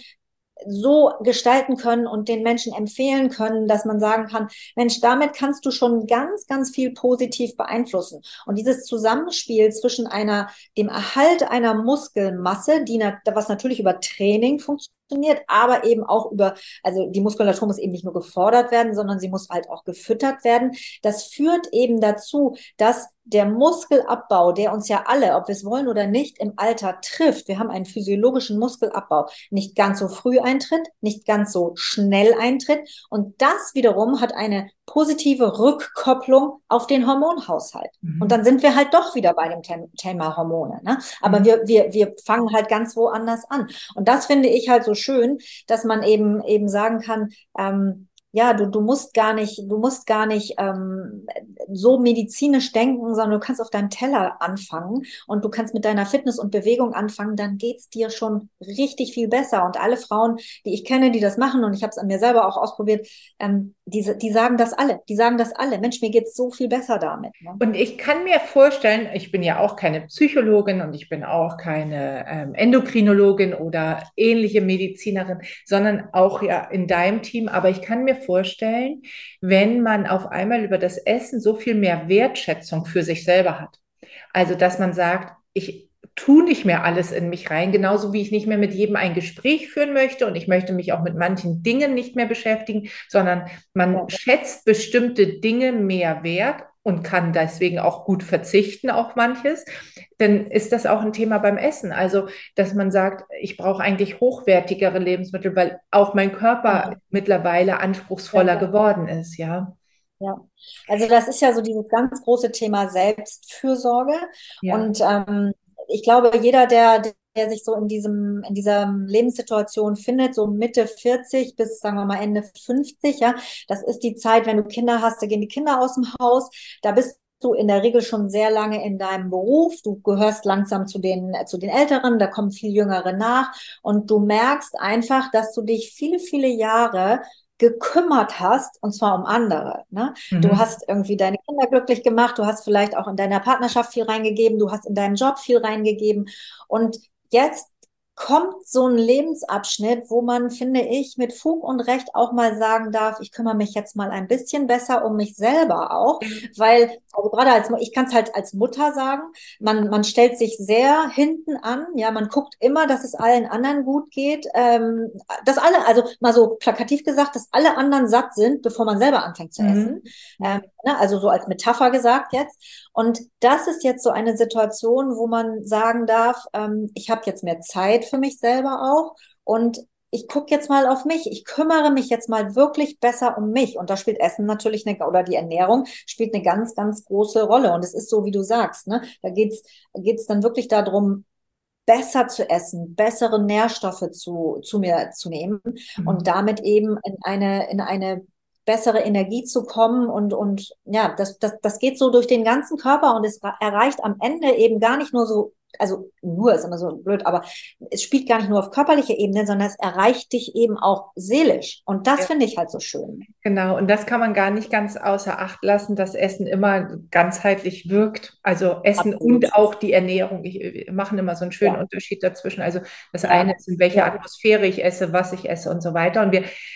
so gestalten können und den Menschen empfehlen können, dass man sagen kann, Mensch, damit kannst du schon ganz, ganz viel positiv beeinflussen. Und dieses Zusammenspiel zwischen einer, dem Erhalt einer Muskelmasse, die, was natürlich über Training funktioniert, aber eben auch über, also die Muskulatur muss eben nicht nur gefordert werden, sondern sie muss halt auch gefüttert werden. Das führt eben dazu, dass der Muskelabbau, der uns ja alle, ob wir es wollen oder nicht, im Alter trifft, wir haben einen physiologischen Muskelabbau, nicht ganz so früh eintritt, nicht ganz so schnell eintritt. Und das wiederum hat eine positive Rückkopplung auf den Hormonhaushalt. Und Mhm. dann sind wir halt doch wieder bei dem Thema Hormone. Ne? Aber Mhm. wir, wir, wir fangen halt ganz woanders an. Und das finde ich halt so schön, dass man eben, eben sagen kann, ähm, ja, du, du musst gar nicht, du musst gar nicht ähm, so medizinisch denken, sondern du kannst auf deinem Teller anfangen und du kannst mit deiner Fitness und Bewegung anfangen, dann geht's dir schon richtig viel besser. Und alle Frauen, die ich kenne, die das machen, und ich habe es an mir selber auch ausprobiert, ähm, die, die sagen das alle. Die sagen das alle. Mensch, mir geht's so viel besser damit. Ne? Und ich kann mir vorstellen, ich bin ja auch keine Psychologin und ich bin auch keine ähm, Endokrinologin oder ähnliche Medizinerin, sondern auch ja in deinem Team. Aber ich kann mir vorstellen, wenn man auf einmal über das Essen so viel mehr Wertschätzung für sich selber hat. Also, dass man sagt, ich tue nicht mehr alles in mich rein, genauso wie ich nicht mehr mit jedem ein Gespräch führen möchte und ich möchte mich auch mit manchen Dingen nicht mehr beschäftigen, sondern man Ja, schätzt bestimmte Dinge mehr wert und kann deswegen auch gut verzichten auf manches, dann ist das auch ein Thema beim Essen. Also, dass man sagt, ich brauche eigentlich hochwertigere Lebensmittel, weil auch mein Körper genau. mittlerweile Ja, anspruchsvoller geworden ist, ja. ja. Also das ist ja so dieses ganz große Thema Selbstfürsorge. Ja. Und ähm, ich glaube, jeder, der, der sich so in diesem, in dieser Lebenssituation findet, so Mitte vierzig bis, sagen wir mal, Ende fünfzig, ja, das ist die Zeit, wenn du Kinder hast, da gehen die Kinder aus dem Haus, da bist du in der Regel schon sehr lange in deinem Beruf, du gehörst langsam zu den, zu den Älteren, da kommen viel Jüngere nach und du merkst einfach, dass du dich viele, viele Jahre gekümmert hast, und zwar um andere. Ne? Du Mhm. hast irgendwie deine Kinder glücklich gemacht, du hast vielleicht auch in deiner Partnerschaft viel reingegeben, du hast in deinem Job viel reingegeben. Und jetzt kommt so ein Lebensabschnitt, wo man, finde ich, mit Fug und Recht auch mal sagen darf, ich kümmere mich jetzt mal ein bisschen besser um mich selber auch, weil, also gerade als, ich kann es halt als Mutter sagen, man, man stellt sich sehr hinten an, ja, man guckt immer, dass es allen anderen gut geht, ähm, dass alle, also mal so plakativ gesagt, dass alle anderen satt sind, bevor man selber anfängt zu essen. Mhm. Ähm, Ja. ne, also so als Metapher gesagt jetzt. Und das ist jetzt so eine Situation, wo man sagen darf, ähm, ich habe jetzt mehr Zeit für mich selber auch und ich gucke jetzt mal auf mich. Ich kümmere mich jetzt mal wirklich besser um mich. Und da spielt Essen natürlich eine, oder die Ernährung spielt eine ganz, ganz große Rolle. Und es ist so, wie du sagst, ne? Da geht's, geht's dann wirklich darum, besser zu essen, bessere Nährstoffe zu, zu mir zu nehmen und Mhm. damit eben in eine, in eine bessere Energie zu kommen und, und ja, das, das, das geht so durch den ganzen Körper und es erreicht am Ende eben gar nicht nur so, also nur ist immer so blöd, aber es spielt gar nicht nur auf körperlicher Ebene, sondern es erreicht dich eben auch seelisch und das Ja. finde ich halt so schön. Genau, und das kann man gar nicht ganz außer Acht lassen, dass Essen immer ganzheitlich wirkt. Also Essen Absolut. und auch die Ernährung. Ich, wir machen immer so einen schönen Ja, Unterschied dazwischen. Also das ja, eine ist, in welcher ja, Atmosphäre ich esse, was ich esse und so weiter. Und wir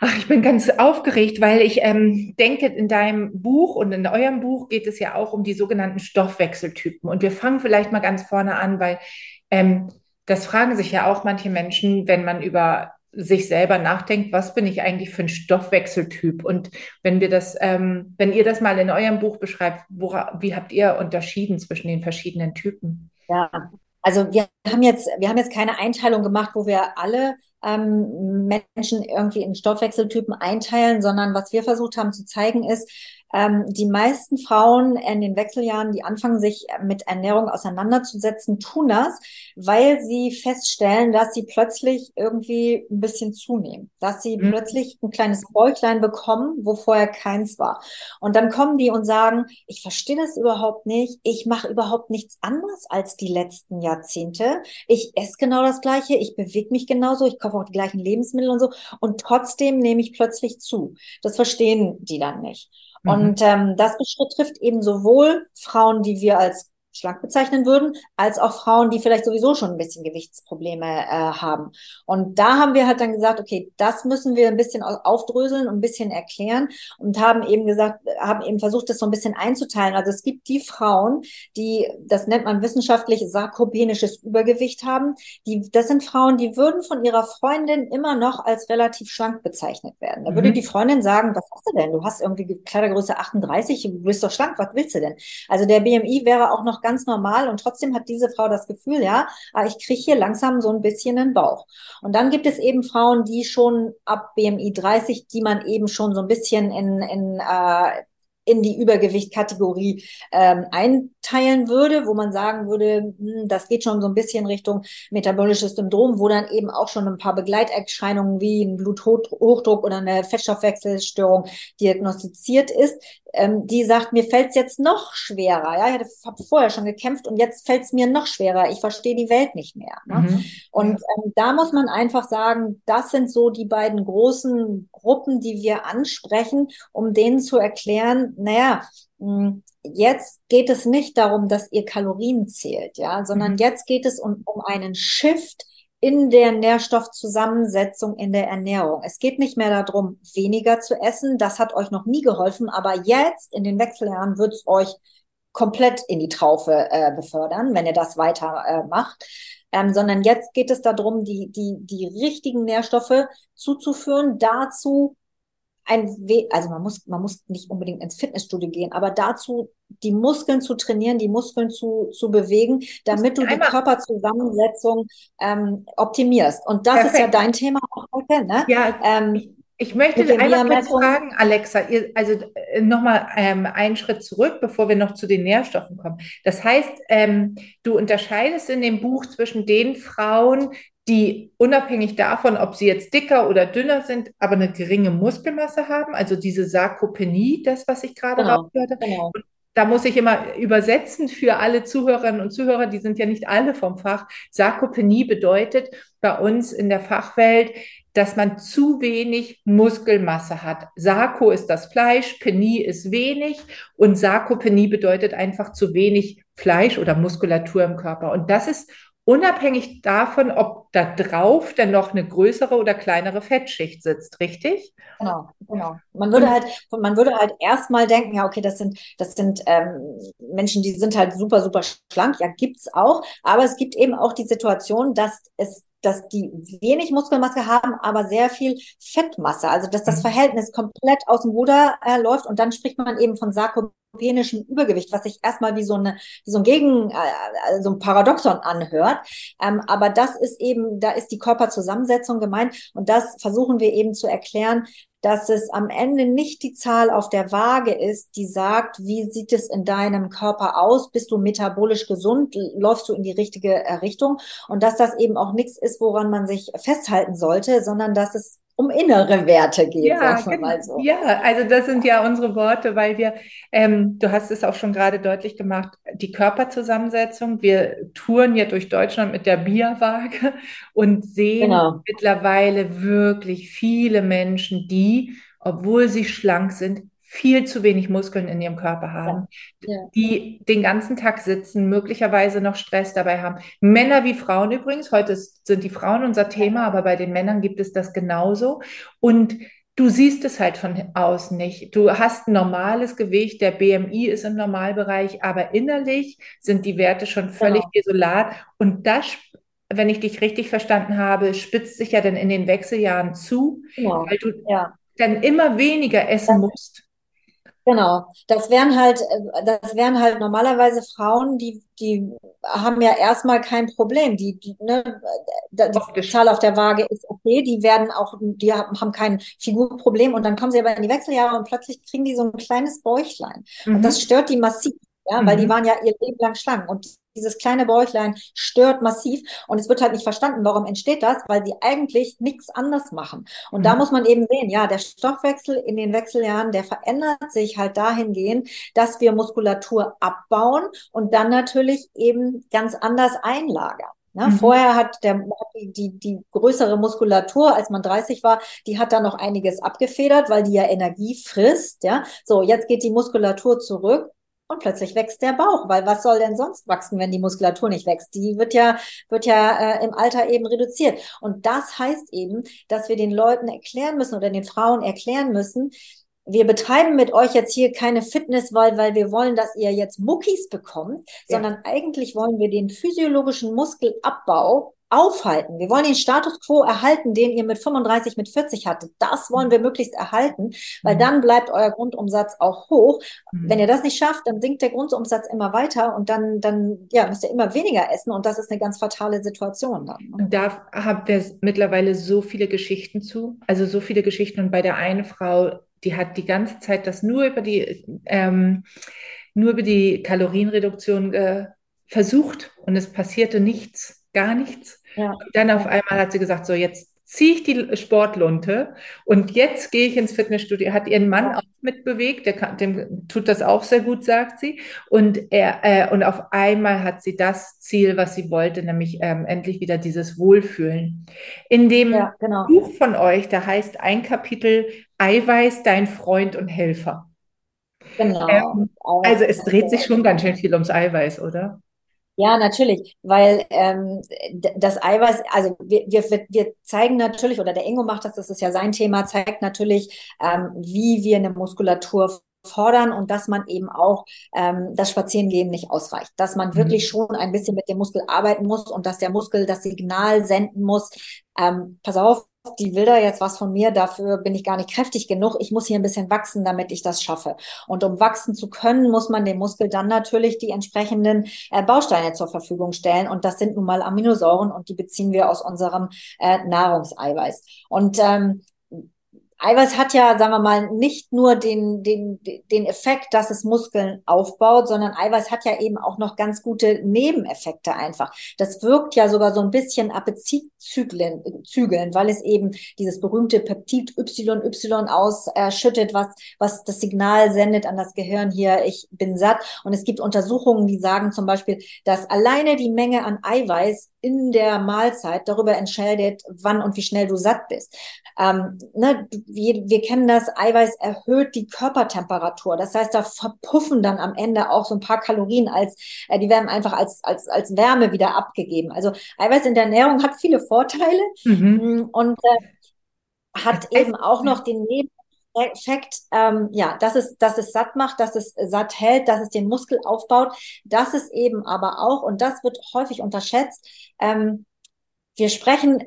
Ach, ich bin ganz aufgeregt, weil ich ähm, denke, in deinem Buch und in eurem Buch geht es ja auch um die sogenannten Stoffwechseltypen. Und wir fangen vielleicht mal ganz vorne an, weil ähm, das fragen sich ja auch manche Menschen, wenn man über sich selber nachdenkt, was bin ich eigentlich für ein Stoffwechseltyp? Und wenn wir das, ähm, wenn ihr das mal in eurem Buch beschreibt, wora, wie habt ihr unterschieden zwischen den verschiedenen Typen? Ja, also wir haben jetzt, wir haben jetzt keine Einteilung gemacht, wo wir alle ähm, Menschen irgendwie in Stoffwechseltypen einteilen, sondern was wir versucht haben zu zeigen ist, ähm, die meisten Frauen in den Wechseljahren, die anfangen, sich mit Ernährung auseinanderzusetzen, tun das, weil sie feststellen, dass sie plötzlich irgendwie ein bisschen zunehmen, dass sie Mhm. plötzlich ein kleines Bäuchlein bekommen, wo vorher keins war. Und dann kommen die und sagen, ich verstehe das überhaupt nicht. Ich mache überhaupt nichts anderes als die letzten Jahrzehnte. Ich esse genau das Gleiche. Ich bewege mich genauso. Ich kaufe auch die gleichen Lebensmittel und so. Und trotzdem nehme ich plötzlich zu. Das verstehen die dann nicht. Mhm. Und ähm, das betrifft eben sowohl Frauen, die wir als schlank bezeichnen würden, als auch Frauen, die vielleicht sowieso schon ein bisschen Gewichtsprobleme äh, haben. Und da haben wir halt dann gesagt, okay, das müssen wir ein bisschen aufdröseln und ein bisschen erklären und haben eben gesagt, haben eben versucht, das so ein bisschen einzuteilen. Also es gibt die Frauen, die, das nennt man wissenschaftlich sarkopenisches Übergewicht haben. Die, das sind Frauen, die würden von ihrer Freundin immer noch als relativ schlank bezeichnet werden. Da würde die Mhm. Freundin sagen, was hast du denn? Du hast irgendwie Kleidergröße achtunddreißig, du bist doch schlank, was willst du denn? Also der B M I wäre auch noch ganz normal und trotzdem hat diese Frau das Gefühl, ja, ah, ich kriege hier langsam so ein bisschen einen Bauch. Und dann gibt es eben Frauen, die schon ab B M I dreißig, die man eben schon so ein bisschen in, in äh, in die Übergewichtkategorie ähm, einteilen würde, wo man sagen würde, hm, das geht schon so ein bisschen Richtung metabolisches Syndrom, wo dann eben auch schon ein paar Begleiterscheinungen wie ein Bluthochdruck oder eine Fettstoffwechselstörung diagnostiziert ist. Ähm, die sagt, mir fällt es jetzt noch schwerer. Ja, ich habe vorher schon gekämpft und jetzt fällt es mir noch schwerer. Ich verstehe die Welt nicht mehr. Ne? Mhm. Und Ja. ähm, da muss man einfach sagen, das sind so die beiden großen Gruppen, die wir ansprechen, um denen zu erklären, naja, mh, jetzt geht es nicht darum, dass ihr Kalorien zählt, ja, sondern Mhm. jetzt geht es um, um einen Shift in der Nährstoffzusammensetzung in der Ernährung. Es geht nicht mehr darum, weniger zu essen. Das hat euch noch nie geholfen, aber jetzt in den Wechseljahren wird es euch komplett in die Traufe äh, befördern, wenn ihr das weiter äh, macht. Ähm, sondern jetzt geht es darum, die, die, die richtigen Nährstoffe zuzuführen, dazu ein We also man muss, man muss nicht unbedingt ins Fitnessstudio gehen, aber dazu die Muskeln zu trainieren, die Muskeln zu, zu bewegen, Muss damit ich du die einmal, Körperzusammensetzung ähm, optimierst. Und das ist ja perfekt. dein Thema auch heute, ne? Ja, Ähm, ich, ich mit möchte den einmal kurz Biermessungen. fragen, Alexa, ihr, also nochmal ähm, einen Schritt zurück, bevor wir noch zu den Nährstoffen kommen. Das heißt, ähm, du unterscheidest in dem Buch zwischen den Frauen, die unabhängig davon, ob sie jetzt dicker oder dünner sind, aber eine geringe Muskelmasse haben, also diese Sarkopenie, das, was ich gerade Genau, rausgehörte. genau. Und da muss ich immer übersetzen für alle Zuhörerinnen und Zuhörer, die sind ja nicht alle vom Fach. Sarkopenie bedeutet bei uns in der Fachwelt, dass man zu wenig Muskelmasse hat. Sarko ist das Fleisch, Penie ist wenig und Sarkopenie bedeutet einfach zu wenig Fleisch oder Muskulatur im Körper. Und das ist unabhängig davon, ob da drauf dann noch eine größere oder kleinere Fettschicht sitzt, richtig? Genau, genau. Man würde Und halt, man würde halt erstmal denken, ja, okay, das sind, das sind ähm, Menschen, die sind halt super, super schlank. Ja, gibt's auch. Aber es gibt eben auch die Situation, dass es, dass die wenig Muskelmasse haben, aber sehr viel Fettmasse. Also dass das Verhältnis komplett aus dem Ruder äh, läuft. Und dann spricht man eben von sarkopenischem Übergewicht, was sich erstmal wie so eine, wie so ein Gegen, äh, so ein Paradoxon anhört. Ähm, aber das ist eben, da ist die Körperzusammensetzung gemeint. Und das versuchen wir eben zu erklären, dass es am Ende nicht die Zahl auf der Waage ist, die sagt, wie sieht es in deinem Körper aus? Bist du metabolisch gesund? Läufst du in die richtige äh, Richtung? Und dass das eben auch nichts ist, woran man sich festhalten sollte, sondern dass es um innere Werte geht, ja, sagen wir genau. mal so. Ja, also das sind ja unsere Worte, weil wir, ähm, du hast es auch schon gerade deutlich gemacht, die Körperzusammensetzung. Wir touren ja durch Deutschland mit der Bia-Waage und sehen Genau. mittlerweile wirklich viele Menschen, die, obwohl sie schlank sind, viel zu wenig Muskeln in ihrem Körper Ja. haben, Ja. die den ganzen Tag sitzen, möglicherweise noch Stress dabei haben. Männer wie Frauen übrigens, heute sind die Frauen unser Thema, aber bei den Männern gibt es das genauso. Und Du siehst es halt von außen nicht. Du hast ein normales Gewicht, der B M I ist im Normalbereich, aber innerlich sind die Werte schon völlig Genau, desolat. Und das, wenn ich dich richtig verstanden habe, spitzt sich ja dann in den Wechseljahren zu, genau, weil du ja. dann immer weniger essen musst. Genau, das wären halt, äh, das wären halt normalerweise Frauen, die, die haben ja erstmal kein Problem. Die, die, ne, da- die Optisch. Zahl auf der Waage ist okay, die werden auch, die haben haben kein Figurproblem und dann kommen sie aber in die Wechseljahre und plötzlich kriegen die so ein kleines Bäuchlein. Und das Mhm. stört die massiv, ja, weil die Mhm. waren ja ihr Leben lang schlank. Und dieses kleine Bäuchlein stört massiv und es wird halt nicht verstanden, warum entsteht das, weil sie eigentlich nichts anders machen. Und da Mhm. muss man eben sehen, ja, der Stoffwechsel in den Wechseljahren, der verändert sich halt dahingehend, dass wir Muskulatur abbauen und dann natürlich eben ganz anders einlagern. Ne? Mhm. Vorher hat der, die, die, die größere Muskulatur, als man dreißig war, die hat da noch einiges abgefedert, weil die ja Energie frisst. Ja? So, jetzt geht die Muskulatur zurück und plötzlich wächst der Bauch, weil was soll denn sonst wachsen, wenn die Muskulatur nicht wächst? Die wird ja, wird ja äh, im Alter eben reduziert. Und das heißt eben, dass wir den Leuten erklären müssen oder den Frauen erklären müssen, wir betreiben mit euch jetzt hier keine Fitness, weil, weil wir wollen, dass ihr jetzt Muckis bekommt, Ja. sondern eigentlich wollen wir den physiologischen Muskelabbau aufhalten. Wir wollen den Status quo erhalten, den ihr mit fünfunddreißig, mit vierzig hattet. Das wollen wir möglichst erhalten, weil Mhm. dann bleibt euer Grundumsatz auch hoch. Wenn Mhm. ihr das nicht schafft, dann sinkt der Grundumsatz immer weiter und dann, dann ja, müsst ihr immer weniger essen und das ist eine ganz fatale Situation dann. Ne? Und da haben wir mittlerweile so viele Geschichten zu, also so viele Geschichten. Und bei der einen Frau, die hat die ganze Zeit das nur über die, ähm, nur über die Kalorienreduktion äh, versucht und es passierte nichts, gar nichts. Ja, Und dann auf ja, einmal hat sie gesagt, so jetzt ziehe ich die Sportlunte und jetzt gehe ich ins Fitnessstudio. Hat ihren Mann auch ja, mitbewegt, der kann, dem tut das auch sehr gut, sagt sie. Und er, äh, und auf einmal hat sie das Ziel, was sie wollte, nämlich ähm, endlich wieder dieses Wohlfühlen. In dem ja, genau. Buch von euch, da heißt ein Kapitel Eiweiß, dein Freund und Helfer. Genau. Ähm, Aber also es dreht sich schon ganz schön viel ums Eiweiß, oder? ja, natürlich, weil ähm, d- das Eiweiß, also wir, wir, wir zeigen natürlich, oder der Ingo macht das, das ist ja sein Thema, zeigt natürlich, ähm, wie wir eine Muskulatur fordern und dass man eben auch ähm, das Spazierengehen nicht ausreicht, dass man wirklich Mhm. schon ein bisschen mit dem Muskel arbeiten muss und dass der Muskel das Signal senden muss, ähm, pass auf, die will da jetzt was von mir, dafür bin ich gar nicht kräftig genug, ich muss hier ein bisschen wachsen, damit ich das schaffe. Und um wachsen zu können, muss man dem Muskel dann natürlich die entsprechenden äh, Bausteine zur Verfügung stellen. Und das sind nun mal Aminosäuren und die beziehen wir aus unserem äh, Nahrungseiweiß. Und ähm, Eiweiß hat ja, sagen wir mal, nicht nur den, den, den Effekt, dass es Muskeln aufbaut, sondern Eiweiß hat ja eben auch noch ganz gute Nebeneffekte einfach. Das wirkt ja sogar so ein bisschen Appetitzügeln, zügeln, weil es eben dieses berühmte Peptid Y Y ausschüttet, was, was das Signal sendet an das Gehirn hier, ich bin satt. Und es gibt Untersuchungen, die sagen zum Beispiel, dass alleine die Menge an Eiweiß in der Mahlzeit darüber entscheidet, wann und wie schnell du satt bist. Ähm, ne, wir, wir kennen das, Eiweiß erhöht die Körpertemperatur. Das heißt, da verpuffen dann am Ende auch so ein paar Kalorien als, äh, die werden einfach als, als, als Wärme wieder abgegeben. Also Eiweiß in der Ernährung hat viele Vorteile Mhm. mh, und äh, Das hat heißt, eben auch noch den Nebeneffekt, ähm, ja, dass es, dass es satt macht, dass es satt hält, dass es den Muskel aufbaut. Das ist eben aber auch, und das wird häufig unterschätzt, ähm, wir sprechen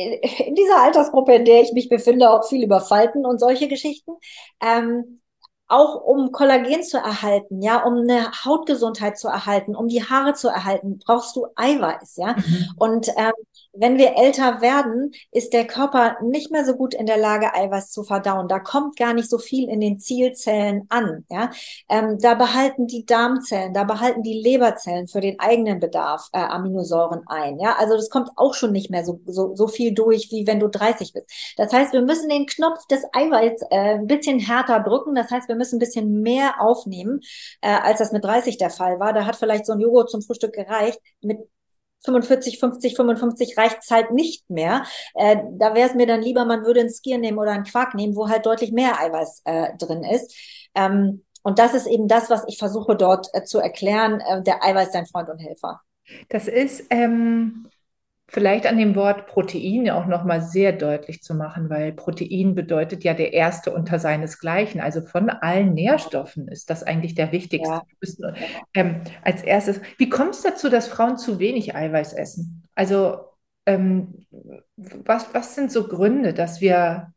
in dieser Altersgruppe, in der ich mich befinde, auch viel über Falten und solche Geschichten. Ähm, auch um Kollagen zu erhalten, ja, um eine Hautgesundheit zu erhalten, um die Haare zu erhalten, brauchst du Eiweiß, ja. mhm. Und ähm, wenn wir älter werden, ist der Körper nicht mehr so gut in der Lage, Eiweiß zu verdauen. Da kommt gar nicht so viel in den Zielzellen an, ja. Ähm, da behalten die Darmzellen, da behalten die Leberzellen für den eigenen Bedarf äh, Aminosäuren ein, ja. Also das kommt auch schon nicht mehr so, so, so viel durch, wie wenn du dreißig bist. Das heißt, wir müssen den Knopf des Eiweiß äh, ein bisschen härter drücken. Das heißt, wir müssen ein bisschen mehr aufnehmen, äh, als das mit dreißig der Fall war. Da hat vielleicht so ein Joghurt zum Frühstück gereicht. Mit fünfundvierzig, fünfzig, fünfundfünfzig reicht es halt nicht mehr. Äh, da wäre es mir dann lieber, man würde einen Skier nehmen oder einen Quark nehmen, wo halt deutlich mehr Eiweiß äh, drin ist. Ähm, und das ist eben das, was ich versuche dort äh, zu erklären. Äh, der Eiweiß, dein Freund und Helfer. Das ist, ähm, vielleicht an dem Wort Protein auch nochmal sehr deutlich zu machen, weil Protein bedeutet ja der Erste unter seinesgleichen. Also von allen Nährstoffen ist das eigentlich der wichtigste. Ja, Wir müssen, ja. ähm, als erstes, wie kommt es dazu, dass Frauen zu wenig Eiweiß essen? Also ähm, was, was sind so Gründe, dass wir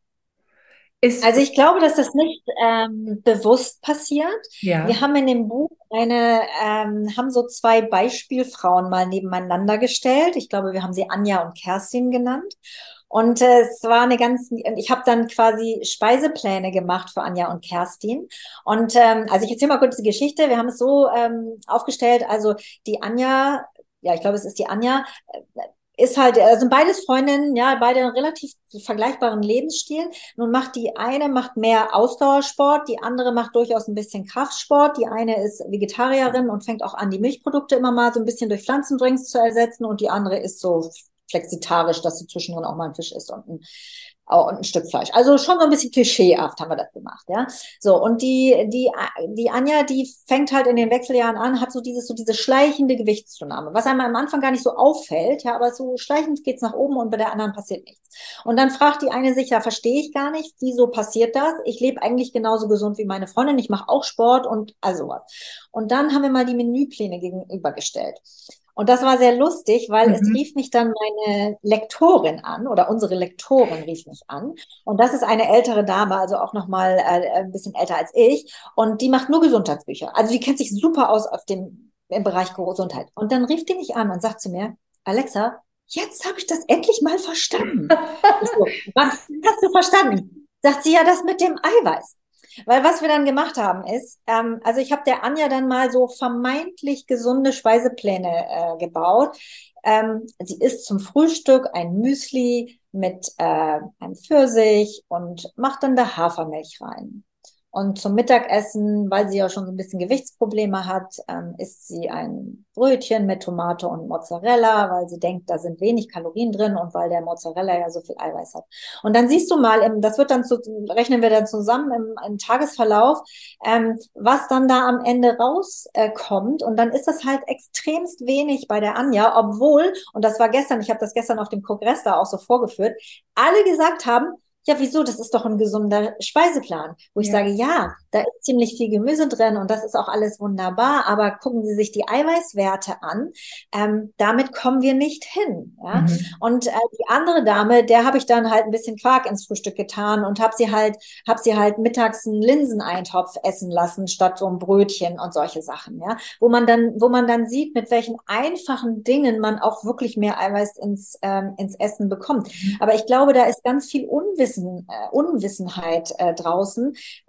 ist, Also ich glaube, dass das nicht ähm, bewusst passiert. Wir ja, haben in dem Buch eine, ähm, haben so zwei Beispielfrauen mal nebeneinander gestellt. Ich glaube, wir haben sie Anja und Kerstin genannt. Und äh, es war eine ganz, ich habe dann quasi Speisepläne gemacht für Anja und Kerstin. Und ähm, also ich erzähle mal kurz die Geschichte. Wir haben es so ähm, aufgestellt, also die Anja, ja, ich glaube, es ist die Anja, äh, ist halt, äh, sind beides Freundinnen, ja, beide einen relativ vergleichbaren Lebensstil. Nun macht die eine macht mehr Ausdauersport, die andere macht durchaus ein bisschen Kraftsport. Die eine ist Vegetarierin und fängt auch an, die Milchprodukte immer mal so ein bisschen durch Pflanzendrinks zu ersetzen. Und die andere ist so flexitarisch, dass sie zwischendrin auch mal einen Fisch isst und ein, auch ein Stück Fleisch. Also schon so ein bisschen klischeehaft haben wir das gemacht, ja. So, und die, die, die Anja, die fängt halt in den Wechseljahren an, hat so dieses, so diese schleichende Gewichtszunahme, was einem am Anfang gar nicht so auffällt, ja, aber so schleichend geht's nach oben und bei der anderen passiert nichts. Und dann fragt die eine sich, ja, verstehe ich gar nicht, wieso passiert das? Ich lebe eigentlich genauso gesund wie meine Freundin, ich mache auch Sport und also was. Und dann haben wir mal die Menüpläne gegenübergestellt. Und das war sehr lustig, weil es mhm, rief mich dann meine Lektorin an oder unsere Lektorin rief mich an. Und das ist eine ältere Dame, also auch noch mal äh, ein bisschen älter als ich. Und die macht nur Gesundheitsbücher. Also die kennt sich super aus auf dem, im Bereich Gesundheit. Und dann rief die mich an und sagt zu mir, Alexa, jetzt habe ich das endlich mal verstanden. Ich so, was hast du verstanden? Sagt sie, ja, das mit dem Eiweiß. Weil was wir dann gemacht haben ist, ähm, also ich habe der Anja dann mal so vermeintlich gesunde Speisepläne äh, gebaut. Ähm, sie isst zum Frühstück ein Müsli mit äh, einem Pfirsich und macht dann da Hafermilch rein. Und zum Mittagessen, weil sie ja schon so ein bisschen Gewichtsprobleme hat, ähm, isst sie ein Brötchen mit Tomate und Mozzarella, weil sie denkt, da sind wenig Kalorien drin und weil der Mozzarella ja so viel Eiweiß hat. Und dann siehst du mal, im, das wird dann zu, rechnen wir dann zusammen im, im Tagesverlauf, ähm, was dann da am Ende rauskommt. Äh, und dann ist das halt extremst wenig bei der Anja, obwohl, und das war gestern, ich habe das gestern auf dem Kongress da auch so vorgeführt, alle gesagt haben, ja, wieso? Das ist doch ein gesunder Speiseplan. Wo ich ja, sage, ja, da ist ziemlich viel Gemüse drin und das ist auch alles wunderbar, aber gucken Sie sich die Eiweißwerte an. Ähm, damit kommen wir nicht hin. Ja? mhm, Und äh, die andere Dame, der habe ich dann halt ein bisschen Quark ins Frühstück getan und habe sie halt, habe sie halt mittags einen Linseneintopf essen lassen statt so ein Brötchen und solche Sachen. Ja? Wo man dann, wo man dann sieht, mit welchen einfachen Dingen man auch wirklich mehr Eiweiß ins, ähm, ins Essen bekommt. Aber ich glaube, da ist ganz viel Unwissen, äh, Unwissenheit äh, draußen,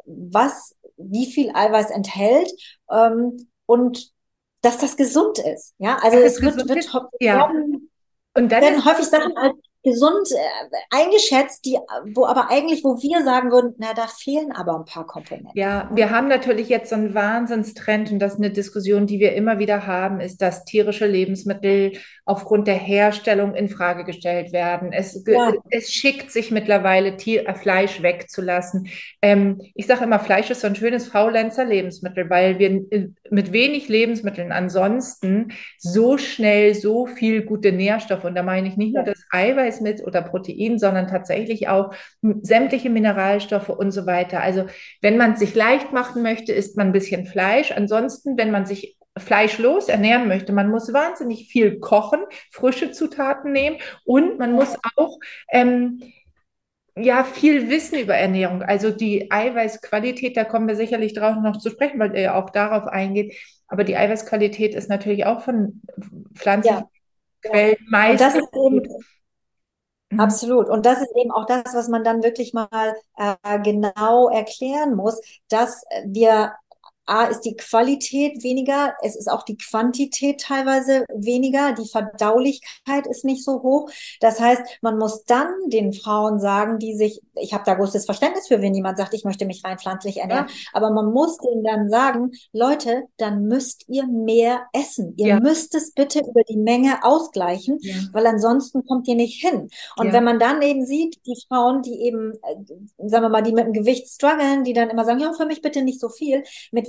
was, wie viel Eiweiß enthält ähm, und dass das gesund ist. Ja, also dass es es wird, gesund wird ist, ja. werden, Und dann ist werden häufig Sachen als gesund äh, eingeschätzt, die, wo aber eigentlich, wo wir sagen würden, na, da fehlen aber ein paar Komponenten. ja, Ja, wir haben natürlich jetzt so einen Wahnsinnstrend und das ist eine Diskussion, die wir immer wieder haben, ist, dass tierische Lebensmittel aufgrund der Herstellung in Frage gestellt werden. Es, ge- ja, es schickt sich mittlerweile, Tier, äh, Fleisch wegzulassen. Ähm, ich sage immer, Fleisch ist so ein schönes Faulenzer-Lebensmittel, weil wir äh, mit wenig Lebensmitteln ansonsten so schnell so viel gute Nährstoffe, und da meine ich nicht nur ja, das Eiweiß mit oder Protein, sondern tatsächlich auch sämtliche Mineralstoffe und so weiter. Also wenn man es sich leicht machen möchte, isst man ein bisschen Fleisch. Ansonsten, wenn man sich fleischlos ernähren möchte, man muss wahnsinnig viel kochen, frische Zutaten nehmen und man muss auch ähm, ja viel wissen über Ernährung. Also die Eiweißqualität, da kommen wir sicherlich drauf noch zu sprechen, weil er auch darauf eingeht. Aber die Eiweißqualität ist natürlich auch von pflanzlichen ja, ja. Quellen Und meist das ganz ist eben gut. Mhm. absolut. Und das ist eben auch das, was man dann wirklich mal äh, genau erklären muss, dass wir, A, ist die Qualität weniger, es ist auch die Quantität teilweise weniger, die Verdaulichkeit ist nicht so hoch. Das heißt, man muss dann den Frauen sagen, die sich, ich habe da großes Verständnis für, wenn jemand sagt, ich möchte mich rein pflanzlich ernähren, Ja, aber man muss denen dann sagen, Leute, dann müsst ihr mehr essen. Ihr ja, müsst es bitte über die Menge ausgleichen, ja, weil ansonsten kommt ihr nicht hin. Und wenn ja. man dann eben sieht, die Frauen, die eben, äh, sagen wir mal, die mit dem Gewicht strugglen, die dann immer sagen, ja, für mich bitte nicht so viel, mit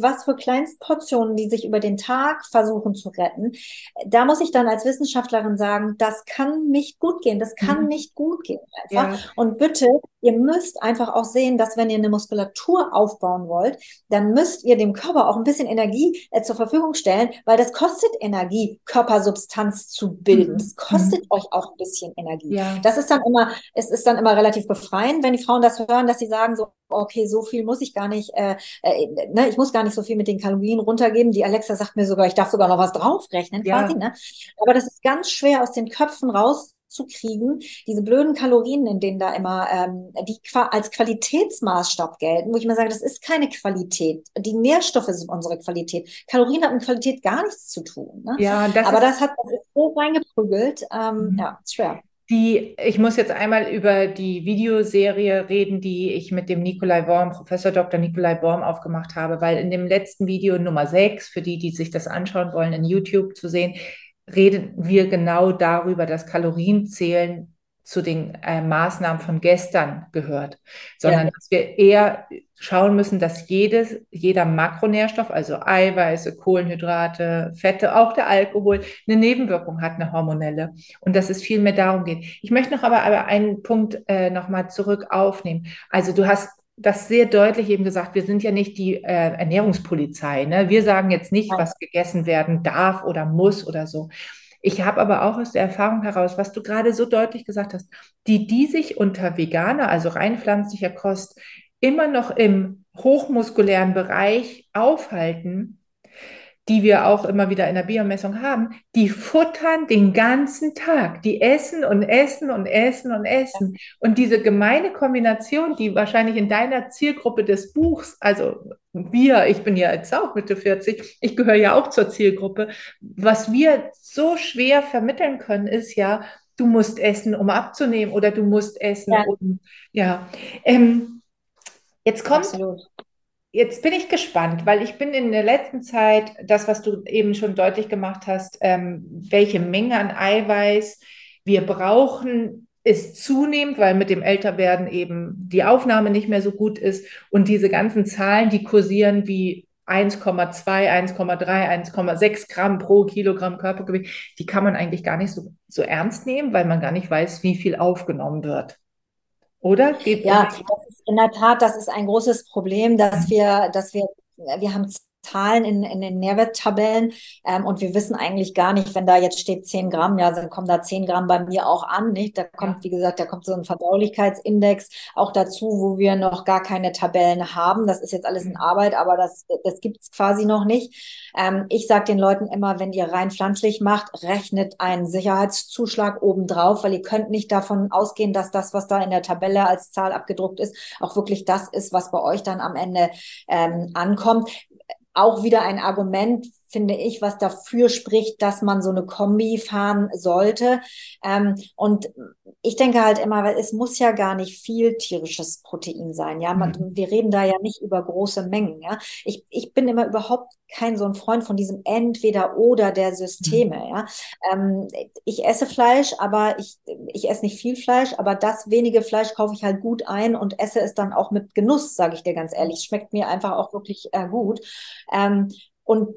was für Kleinstportionen die sich über den Tag versuchen zu retten, da muss ich dann als Wissenschaftlerin sagen, das kann nicht gut gehen, das kann Mhm. nicht gut gehen einfach. Ja. Und bitte, ihr müsst einfach auch sehen, dass wenn ihr eine Muskulatur aufbauen wollt, dann müsst ihr dem Körper auch ein bisschen Energie äh, zur Verfügung stellen, weil das kostet Energie, Körpersubstanz zu bilden. Mhm. Das kostet Mhm. euch auch ein bisschen Energie. Ja. Das ist dann immer, es ist dann immer relativ befreiend, wenn die Frauen das hören, dass sie sagen so, okay, so viel muss ich gar nicht, äh, äh, ne, ich muss gar nicht so viel mit den Kalorien runtergeben. Die Alexa sagt mir sogar, ich darf sogar noch was draufrechnen quasi, Ja. ne? Aber das ist ganz schwer aus den Köpfen rauszukriegen, diese blöden Kalorien, in denen da immer, ähm, die als Qualitätsmaßstab gelten, wo ich immer sage, das ist keine Qualität. Die Nährstoffe sind unsere Qualität. Kalorien haben mit Qualität gar nichts zu tun, ne? Ja, das Aber ist. das hat das ist so reingeprügelt, ähm, Mhm. ja, ist schwer. Die, ich muss jetzt einmal über die Videoserie reden, die ich mit dem Nikolai Worm, Professor Doktor Nikolai Worm aufgemacht habe, weil in dem letzten Video Nummer sechs, für die, die sich das anschauen wollen, in YouTube zu sehen, reden wir genau darüber, dass Kalorienzählen zu den äh, Maßnahmen von gestern gehört, Ja. sondern dass wir eher schauen müssen, dass jedes, jeder Makronährstoff, also Eiweiße, Kohlenhydrate, Fette, auch der Alkohol, eine Nebenwirkung hat, eine hormonelle. Und dass es viel mehr darum geht. Ich möchte noch aber, aber einen Punkt äh, nochmal zurück aufnehmen. Also du hast das sehr deutlich eben gesagt, wir sind ja nicht die äh, Ernährungspolizei. Ne? Wir sagen jetzt nicht, was gegessen werden darf oder muss oder so. Ich habe aber auch aus der Erfahrung heraus, was du gerade so deutlich gesagt hast, die, die sich unter veganer, also rein pflanzlicher Kost, immer noch im hochmuskulären Bereich aufhalten, die wir auch immer wieder in der Biomessung haben, die futtern den ganzen Tag. Die essen und essen und essen und essen. Und diese gemeine Kombination, die wahrscheinlich in deiner Zielgruppe des Buchs, also wir, ich bin ja jetzt auch Mitte vierzig, ich gehöre ja auch zur Zielgruppe, was wir so schwer vermitteln können, ist ja, du musst essen, um abzunehmen oder du musst essen, Ja, um, ja. Ähm, jetzt kommt absolut. Jetzt bin ich gespannt, weil ich bin in der letzten Zeit, das, was du eben schon deutlich gemacht hast, ähm, welche Menge an Eiweiß wir brauchen, ist zunehmend, weil mit dem Älterwerden eben die Aufnahme nicht mehr so gut ist. Und diese ganzen Zahlen, die kursieren wie eins Komma zwei, eins Komma drei, eins Komma sechs Gramm pro Kilogramm Körpergewicht, die kann man eigentlich gar nicht so, so ernst nehmen, weil man gar nicht weiß, wie viel aufgenommen wird. Oder? Geht, Ja, das ist in der Tat, das ist ein großes Problem, dass wir, dass wir, wir haben Zahlen in, in den Nährwerttabellen, ähm, und wir wissen eigentlich gar nicht, wenn da jetzt steht zehn Gramm, ja, dann kommen da zehn Gramm bei mir auch an, nicht? Da ja. kommt, wie gesagt, da kommt so ein Verdaulichkeitsindex auch dazu, wo wir noch gar keine Tabellen haben. Das ist jetzt alles in Arbeit, aber das, das gibt es quasi noch nicht. Ähm, ich sage den Leuten immer, wenn ihr rein pflanzlich macht, rechnet einen Sicherheitszuschlag obendrauf, weil ihr könnt nicht davon ausgehen, dass das, was da in der Tabelle als Zahl abgedruckt ist, auch wirklich das ist, was bei euch dann am Ende ähm, ankommt. Auch wieder ein Argument, finde ich, was dafür spricht, dass man so eine Kombi fahren sollte. Ähm, und ich denke halt immer, weil es muss ja gar nicht viel tierisches Protein sein. Ja, man, Mhm. wir reden da ja nicht über große Mengen. Ja, ich, ich bin immer überhaupt kein so ein Freund von diesem Entweder-Oder der Systeme. Ja, ähm, ich esse Fleisch, aber ich, ich esse nicht viel Fleisch, aber das wenige Fleisch kaufe ich halt gut ein und esse es dann auch mit Genuss, sage ich dir ganz ehrlich. Es schmeckt mir einfach auch wirklich äh, gut. Ähm, und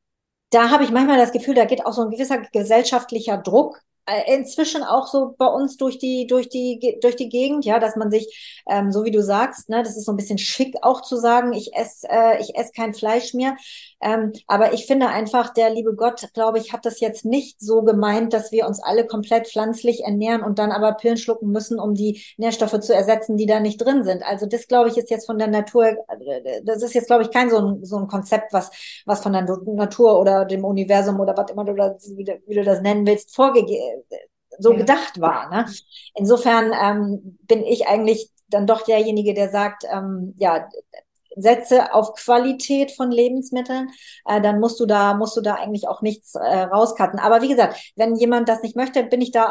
da habe ich manchmal das Gefühl, da geht auch so ein gewisser gesellschaftlicher Druck äh, inzwischen auch so bei uns durch die, durch die, durch die Gegend, ja, dass man sich, ähm, so wie du sagst, ne, das ist so ein bisschen schick auch zu sagen, ich esse, äh, ich esse kein Fleisch mehr. Ähm, aber ich finde einfach, der liebe Gott, glaube ich, hat das jetzt nicht so gemeint, dass wir uns alle komplett pflanzlich ernähren und dann aber Pillen schlucken müssen, um die Nährstoffe zu ersetzen, die da nicht drin sind. Also das, glaube ich, ist jetzt von der Natur, das ist jetzt, glaube ich, kein so ein, so ein Konzept, was, was von der Natur oder dem Universum oder was immer du das, wie du, wie du das nennen willst, vorgegeben, so Ja. gedacht war. Ne? Insofern ähm, bin ich eigentlich dann doch derjenige, der sagt, ähm, ja, setze auf Qualität von Lebensmitteln, äh, dann musst du da, musst du da eigentlich auch nichts äh, rauscutten. Aber wie gesagt, wenn jemand das nicht möchte, bin ich da auch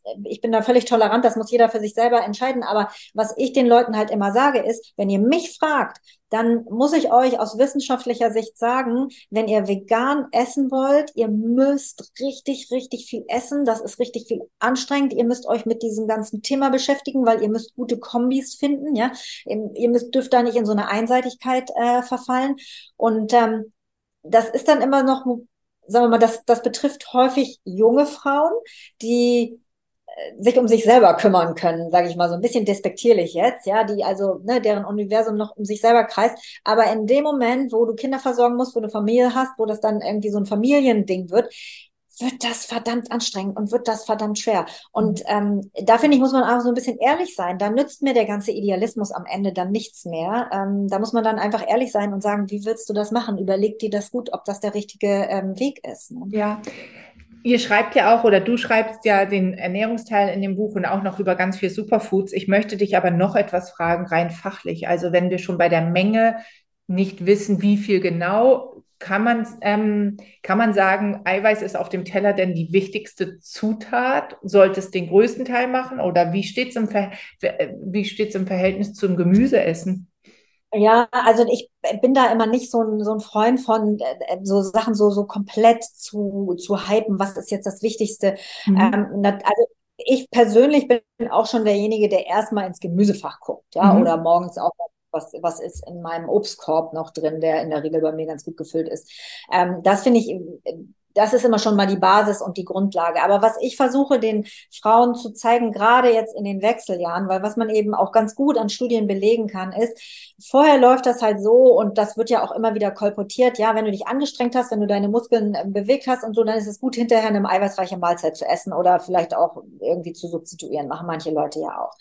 ich bin da völlig tolerant, das muss jeder für sich selber entscheiden. Aber was ich den Leuten halt immer sage, ist, wenn ihr mich fragt, dann muss ich euch aus wissenschaftlicher Sicht sagen, wenn ihr vegan essen wollt, ihr müsst richtig, richtig viel essen. Das ist richtig viel anstrengend. Ihr müsst euch mit diesem ganzen Thema beschäftigen, weil ihr müsst gute Kombis finden. Ja, ihr müsst, dürft da nicht in so eine Einseitigkeit äh, verfallen. Und ähm, das ist dann immer noch, sagen wir mal, das, das betrifft häufig junge Frauen, die sich um sich selber kümmern können, sage ich mal, so ein bisschen despektierlich jetzt, ja, die also, ne, deren Universum noch um sich selber kreist. Aber in dem Moment, wo du Kinder versorgen musst, wo du Familie hast, wo das dann irgendwie so ein Familiending wird, wird das verdammt anstrengend und wird das verdammt schwer. Und ähm, da finde ich, muss man auch so ein bisschen ehrlich sein. Da nützt mir der ganze Idealismus am Ende dann nichts mehr. Ähm, da muss man dann einfach ehrlich sein und sagen, wie willst du das machen? Überleg dir das gut, ob das der richtige ähm, Weg ist. Ne? Ja, ihr schreibt ja auch oder du schreibst ja den Ernährungsteil in dem Buch und auch noch über ganz viel Superfoods. Ich möchte dich aber noch etwas fragen, rein fachlich. Also wenn wir schon bei der Menge nicht wissen, wie viel genau, kann man, ähm, kann man sagen, Eiweiß ist auf dem Teller denn die wichtigste Zutat? Sollte es den größten Teil machen? Oder wie steht es im, Ver wie steht's im Verhältnis zum Gemüseessen? Ja, also ich bin da immer nicht so ein, so ein Freund von äh, so Sachen so, so komplett zu, zu hypen. Was ist jetzt das Wichtigste? Mhm. Ähm, also ich persönlich bin auch schon derjenige, der erstmal ins Gemüsefach guckt, ja, oder Mhm. morgens auch, was, was ist in meinem Obstkorb noch drin, der in der Regel bei mir ganz gut gefüllt ist. Ähm, das finde ich, das ist immer schon mal die Basis und die Grundlage. Aber was ich versuche, den Frauen zu zeigen, gerade jetzt in den Wechseljahren, weil was man eben auch ganz gut an Studien belegen kann, ist, vorher läuft das halt so und das wird ja auch immer wieder kolportiert. Ja, wenn du dich angestrengt hast, wenn du deine Muskeln äh, bewegt hast und so, dann ist es gut, hinterher eine eiweißreiche Mahlzeit zu essen oder vielleicht auch irgendwie zu substituieren. Machen manche Leute ja auch.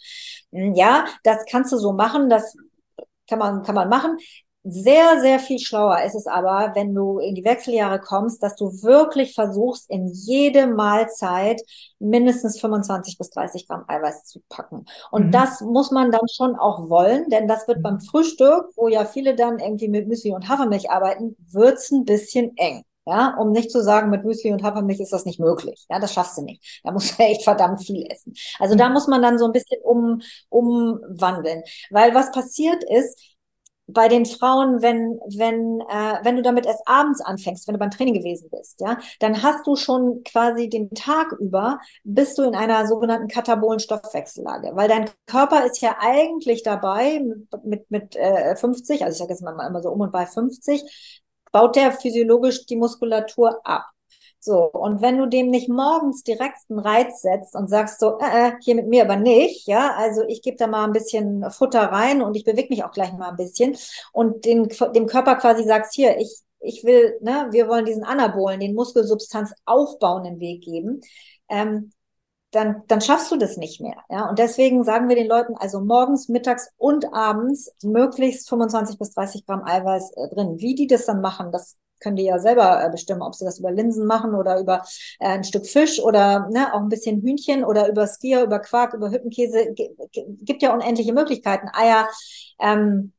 Ja, das kannst du so machen. Das kann man, kann man machen. Sehr, sehr viel schlauer ist es aber, wenn du in die Wechseljahre kommst, dass du wirklich versuchst, in jede Mahlzeit mindestens fünfundzwanzig bis dreißig Gramm Eiweiß zu packen. Und Mhm. das muss man dann schon auch wollen, denn das wird beim Mhm. Frühstück, wo ja viele dann irgendwie mit Müsli und Hafermilch arbeiten, wird's ein bisschen eng. Ja, um nicht zu sagen, mit Müsli und Hafermilch ist das nicht möglich. Ja, das schaffst du nicht. Da musst du echt verdammt viel essen. Also da Mhm. muss man dann so ein bisschen um, umwandeln. Weil was passiert ist, bei den Frauen, wenn, wenn, äh, wenn du damit erst abends anfängst, wenn du beim Training gewesen bist, ja, dann hast du schon quasi den Tag über, bist du in einer sogenannten katabolen Stoffwechsellage, weil dein Körper ist ja eigentlich dabei mit, mit, mit äh, fünfzig, also ich sage jetzt mal immer so um und bei fünfzig, baut der physiologisch die Muskulatur ab. So, und wenn du dem nicht morgens direkt einen Reiz setzt und sagst so, äh, äh, hier mit mir aber nicht, ja, also ich gebe da mal ein bisschen Futter rein und ich bewege mich auch gleich mal ein bisschen und den, dem Körper quasi sagst, hier, ich, ich will, ne, wir wollen diesen Anabolen, den Muskelsubstanz aufbauenden Weg geben, ähm, dann, dann schaffst du das nicht mehr. Ja? Und deswegen sagen wir den Leuten, also morgens, mittags und abends möglichst fünfundzwanzig bis dreißig Gramm Eiweiß äh, drin. Wie die das dann machen, das können die ja selber äh, bestimmen, ob sie das über Linsen machen oder über äh, ein Stück Fisch oder ne, auch ein bisschen Hühnchen oder über Skier, über Quark, über Hüttenkäse. G gibt ja unendliche Möglichkeiten. Eier, ähm,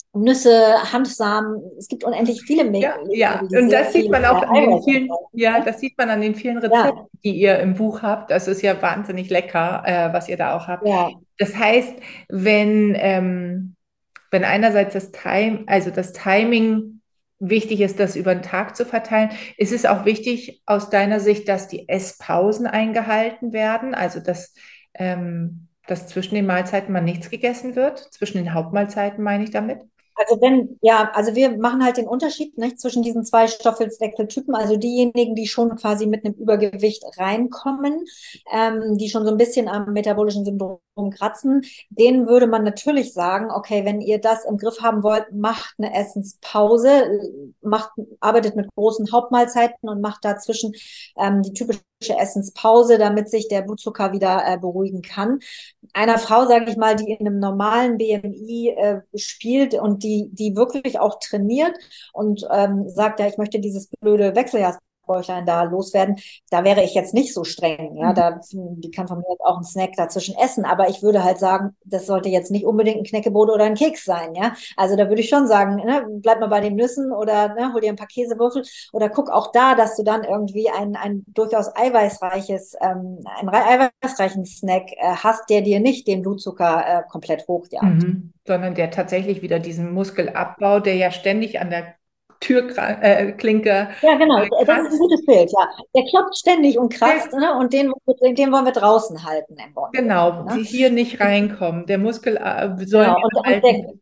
Nüsse, Hanfsamen. Es gibt unendlich viele Ja, Lebensmittel, ja. die Und sehr das sieht viel man äh, auch an den Eiweiß vielen, ja, enthalten. das sieht man an den vielen Rezepten, Ja, die ihr im Buch habt. Das ist ja wahnsinnig lecker, äh, was ihr da auch habt. ja. Das heißt, wenn, ähm, wenn einerseits das Time, also das Timing wichtig ist, das über den Tag zu verteilen, ist es auch wichtig aus deiner Sicht, dass die Esspausen eingehalten werden, also dass, ähm, dass zwischen den Mahlzeiten mal nichts gegessen wird, zwischen den Hauptmahlzeiten meine ich damit. Also wenn, ja, also wir machen halt den Unterschied nicht zwischen diesen zwei Stoffwechseltypen, also diejenigen, die schon quasi mit einem Übergewicht reinkommen, ähm, die schon so ein bisschen am metabolischen Syndrom kratzen, denen würde man natürlich sagen, okay, wenn ihr das im Griff haben wollt, macht eine Essenspause, macht, arbeitet mit großen Hauptmahlzeiten und macht dazwischen ähm, die typische Essenspause, damit sich der Blutzucker wieder äh, beruhigen kann. Einer Frau, sage ich mal, die in einem normalen B M I äh, spielt und die, die wirklich auch trainiert und ähm, sagt, ja, ich möchte dieses blöde Wechseljahr Bäuchlein da loswerden. Da wäre ich jetzt nicht so streng. Ja, Mhm. da, die kann von mir jetzt auch einen Snack dazwischen essen. Aber ich würde halt sagen, das sollte jetzt nicht unbedingt ein Knäckebrot oder ein Keks sein. Ja, also da würde ich schon sagen, ne, bleib mal bei den Nüssen oder ne, hol dir ein paar Käsewürfel oder guck auch da, dass du dann irgendwie ein, ein durchaus eiweißreiches, ähm, einen eiweißreichen Snack äh, hast, der dir nicht den Blutzucker äh, komplett hochjagt. Mhm. Sondern der tatsächlich wieder diesen Muskelabbau, der ja ständig an der Türklinke äh, Klinke, Ja, genau, äh, das ist ein kratzt. gutes Bild, ja. Der klopft ständig und Der, kratzt, ne? Und den, den wollen wir draußen halten, im Grunde genommen. genau, Ne? die hier nicht reinkommen. Der Muskel äh, sollen Genau, wir und, und der, erhalten.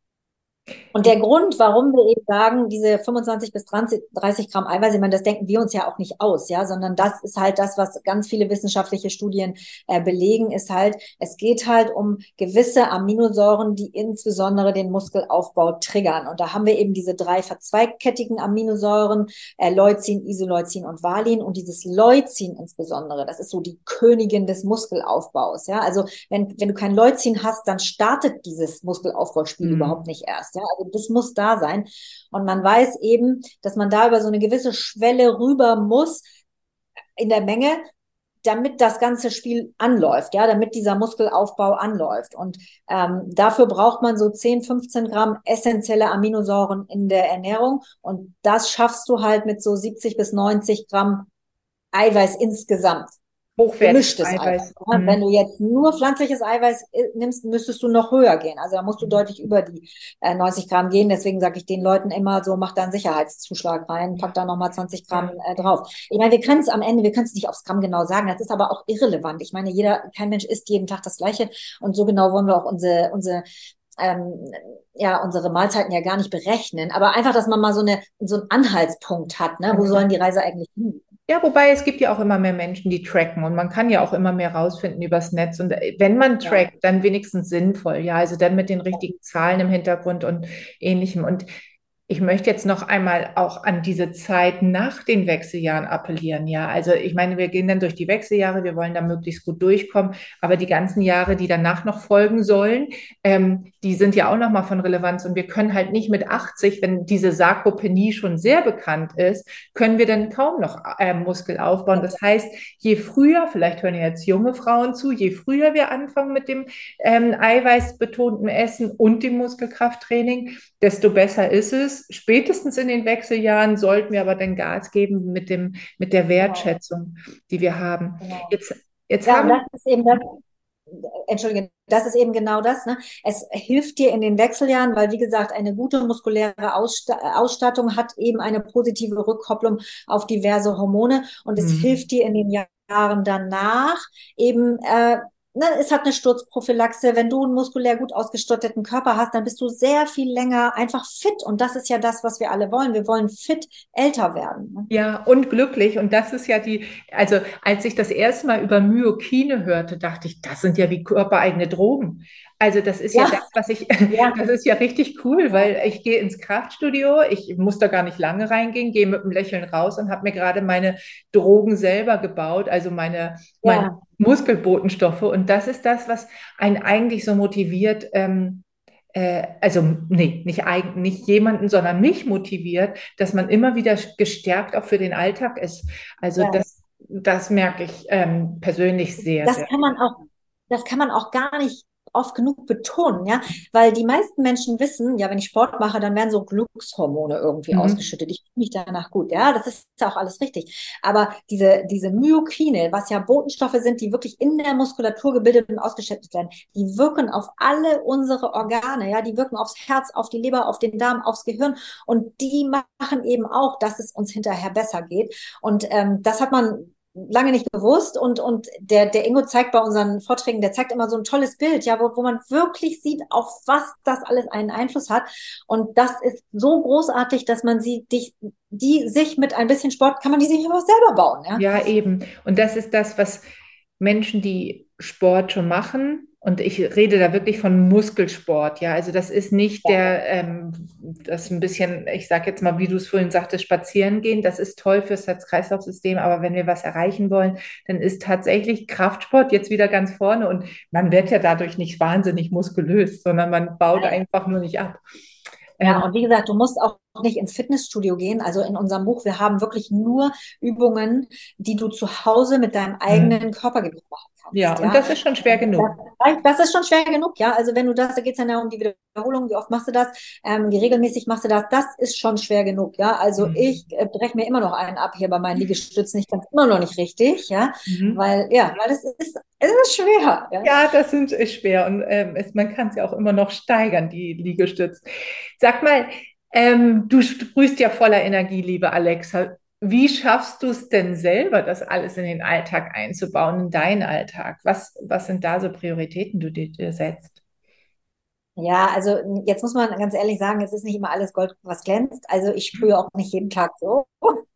Und der Grund, warum wir eben sagen, diese fünfundzwanzig bis dreißig, dreißig Gramm Eiweiß, ich meine, das denken wir uns ja auch nicht aus, ja, sondern das ist halt das, was ganz viele wissenschaftliche Studien äh, belegen, ist halt, es geht halt um gewisse Aminosäuren, die insbesondere den Muskelaufbau triggern. Und da haben wir eben diese drei verzweigkettigen Aminosäuren, äh, Leucin, Isoleucin und Valin. Und dieses Leucin insbesondere, das ist so die Königin des Muskelaufbaus, ja. Also wenn, wenn du kein Leucin hast, dann startet dieses Muskelaufbauspiel überhaupt Mhm. nicht erst, ja. Also das muss da sein. Und man weiß eben, dass man da über so eine gewisse Schwelle rüber muss in der Menge, damit das ganze Spiel anläuft, ja, damit dieser Muskelaufbau anläuft. Und ähm, dafür braucht man so zehn, fünfzehn Gramm essentielle Aminosäuren in der Ernährung. Und das schaffst du halt mit so siebzig bis neunzig Gramm Eiweiß insgesamt. Hochwertiges Gemischtes Eiweiß. Eiweiß. Ja, wenn Mhm. du jetzt nur pflanzliches Eiweiß äh, nimmst, müsstest du noch höher gehen. Also da musst du deutlich über die äh, neunzig Gramm gehen. Deswegen sage ich den Leuten immer so, mach da einen Sicherheitszuschlag rein, pack Ja, da nochmal zwanzig Gramm ja, äh, ja. drauf. Ich meine, wir können es am Ende, wir können es nicht aufs Gramm genau sagen. Das ist aber auch irrelevant. Ich meine, jeder, kein Mensch isst jeden Tag das Gleiche. Und so genau wollen wir auch unsere, unsere ähm, ja, unsere Mahlzeiten ja gar nicht berechnen. Aber einfach, dass man mal so eine, so einen Anhaltspunkt hat, ne? Wo sollen Genau. die Reise eigentlich hin? Ja, wobei es gibt ja auch immer mehr Menschen, die tracken und man kann ja auch immer mehr rausfinden übers Netz. Und äh, wenn man Ja. trackt, dann wenigstens sinnvoll, ja, also dann mit den richtigen Zahlen im Hintergrund und ähnlichem. Und ich möchte jetzt noch einmal auch an diese Zeit nach den Wechseljahren appellieren. Ja, also ich meine, wir gehen dann durch die Wechseljahre, wir wollen da möglichst gut durchkommen, aber die ganzen Jahre, die danach noch folgen sollen, ähm, die sind ja auch nochmal von Relevanz und wir können halt nicht mit achtzig, wenn diese Sarkopenie schon sehr bekannt ist, können wir dann kaum noch äh, Muskel aufbauen. Das heißt, je früher, vielleicht hören ja jetzt junge Frauen zu, je früher wir anfangen mit dem ähm, eiweißbetonten Essen und dem Muskelkrafttraining, desto besser ist es. Spätestens in den Wechseljahren sollten wir aber dann Gas geben mit dem, mit der Genau, Wertschätzung, die wir haben. genau. Jetzt, jetzt Ja, und das haben, ist eben das, Entschuldige, das ist eben genau das, ne? Es hilft dir in den Wechseljahren, weil, wie gesagt, eine gute muskuläre Aussta Ausstattung hat eben eine positive Rückkopplung auf diverse Hormone und es hm, hilft dir in den Jahren danach eben, äh, ne, es hat eine Sturzprophylaxe. Wenn du einen muskulär gut ausgestatteten Körper hast, dann bist du sehr viel länger einfach fit und das ist ja das, was wir alle wollen. Wir wollen fit älter werden. Ne? ja, und glücklich. Und das ist ja die, also als ich das erste Mal über Myokine hörte, dachte ich, das sind ja wie körpereigene Drogen. Also das ist ja Ja, das, was ich, ja, das ist ja richtig cool, ja, weil ich gehe ins Kraftstudio, ich muss da gar nicht lange reingehen, gehe mit einem Lächeln raus und habe mir gerade meine Drogen selber gebaut, also meine, meine ja. Muskelbotenstoffe. Und das ist das, was einen eigentlich so motiviert, ähm, äh, also nee, nicht, eigen, nicht jemanden, sondern mich motiviert, dass man immer wieder gestärkt auch für den Alltag ist. Also Ja. das, das merke ich ähm, persönlich sehr, Das sehr. kann man auch, das kann man auch gar nicht oft genug betonen, ja, weil die meisten Menschen wissen, ja, wenn ich Sport mache, dann werden so Glückshormone irgendwie Mhm. ausgeschüttet. Ich fühle mich danach gut, ja, das ist auch alles richtig. Aber diese, diese Myokine, was ja Botenstoffe sind, die wirklich in der Muskulatur gebildet und ausgeschüttet werden, die wirken auf alle unsere Organe, ja, die wirken aufs Herz, auf die Leber, auf den Darm, aufs Gehirn und die machen eben auch, dass es uns hinterher besser geht. Und ähm, das hat man lange nicht bewusst und, und der, der Ingo zeigt bei unseren Vorträgen, der zeigt immer so ein tolles Bild, ja, wo, wo man wirklich sieht, auf was das alles einen Einfluss hat. Und das ist so großartig, dass man sie, dich, die sich mit ein bisschen Sport, kann man die sich immer selber bauen, ja. Ja, eben. Und das ist das, was Menschen, die Sport schon machen, und ich rede da wirklich von Muskelsport, ja, also das ist nicht der, ähm, das ein bisschen, ich sage jetzt mal, wie du es vorhin sagtest, spazieren gehen, das ist toll fürs Herz-Kreislauf-System, aber wenn wir was erreichen wollen, dann ist tatsächlich Kraftsport jetzt wieder ganz vorne und man wird ja dadurch nicht wahnsinnig muskulös, sondern man baut Nein. einfach nur nicht ab. Ja, Ähm, und wie gesagt, du musst auch nicht ins Fitnessstudio gehen. Also in unserem Buch, wir haben wirklich nur Übungen, die du zu Hause mit deinem hm. eigenen Körpergewicht machen Ja, kannst. und Ja, das ist schon schwer das, genug. das ist schon schwer genug. Ja, also wenn du das, da geht es dann ja um die Wiederholung, wie oft machst du das, ähm, wie regelmäßig machst du das, das ist schon schwer genug. Ja, also Hm. ich äh, breche mir immer noch einen ab hier bei meinen Liegestützen. Ich kann es immer noch nicht richtig. Ja, Mhm. weil, ja, weil es ist, es ist schwer. Ja. Ja, das sind, ist schwer und ähm, es, man kann es ja auch immer noch steigern, die Liegestütze. Sag mal, ähm, du sprühst ja voller Energie, liebe Alexa. Wie schaffst du es denn selber, das alles in den Alltag einzubauen, in deinen Alltag? Was, was sind da so Prioritäten, die du dir setzt? Ja, also jetzt muss man ganz ehrlich sagen, es ist nicht immer alles Gold, was glänzt. Also ich sprühe auch nicht jeden Tag so.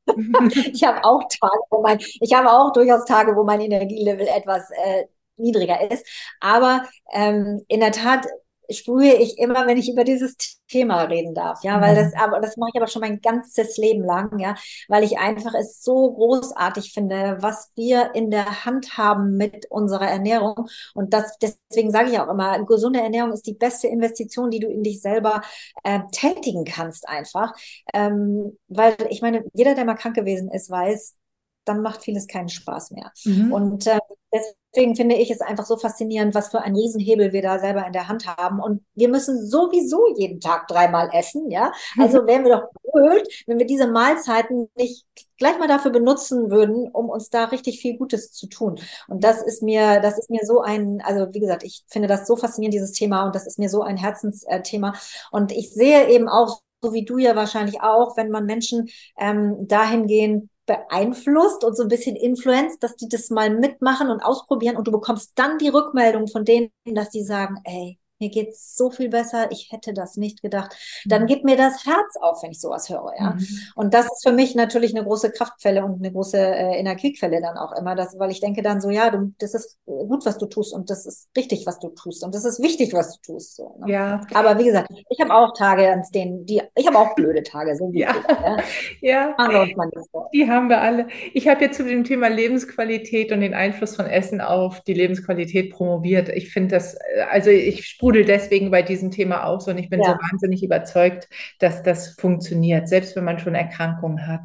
Ich habe auch Tage, wo mein, ich habe auch durchaus Tage, wo mein Energielevel etwas äh, niedriger ist. Aber ähm, in der Tat sprühe ich immer, wenn ich über dieses Thema reden darf. Ja, weil das, Mhm. aber das mache ich aber schon mein ganzes Leben lang, ja, weil ich einfach es so großartig finde, was wir in der Hand haben mit unserer Ernährung. Und das, deswegen sage ich auch immer, gesunde Ernährung ist die beste Investition, die du in dich selber äh, tätigen kannst, einfach. Ähm, weil ich meine, jeder, der mal krank gewesen ist, weiß, dann macht vieles keinen Spaß mehr. Mhm. Und äh, deswegen finde ich es einfach so faszinierend, was für einen Riesenhebel wir da selber in der Hand haben. Und wir müssen sowieso jeden Tag dreimal essen, ja. Also wären wir doch blöd, wenn wir diese Mahlzeiten nicht gleich mal dafür benutzen würden, um uns da richtig viel Gutes zu tun. Und das ist mir, das ist mir so ein, also wie gesagt, ich finde das so faszinierend, dieses Thema, und das ist mir so ein Herzensthema. Und ich sehe eben auch, so wie du ja wahrscheinlich auch, wenn man Menschen ähm, dahingehend beeinflusst und so ein bisschen influenzt, dass die das mal mitmachen und ausprobieren, und du bekommst dann die Rückmeldung von denen, dass die sagen, ey, mir geht's so viel besser, ich hätte das nicht gedacht. Dann Mhm. geht mir das Herz auf, wenn ich sowas höre, ja. Mhm. Und das ist für mich natürlich eine große Kraftquelle und eine große äh, Energiequelle dann auch immer, das, weil ich denke dann so, ja, du, das ist gut, was du tust, und das ist richtig, was du tust, und das ist wichtig, was du tust. So, ne? Ja, Aber wie gesagt, ich habe auch Tage, an denen, die, ich habe auch blöde Tage, so wie ja, jeder. Ja? ja. Machen wir uns mal nicht vor. Die haben wir alle. Ich habe jetzt zu dem Thema Lebensqualität und den Einfluss von Essen auf die Lebensqualität promoviert. Ich finde das, äh, also ich sprudel deswegen bei diesem Thema aus und ich bin so Ja, wahnsinnig überzeugt, dass das funktioniert, selbst wenn man schon Erkrankungen hat.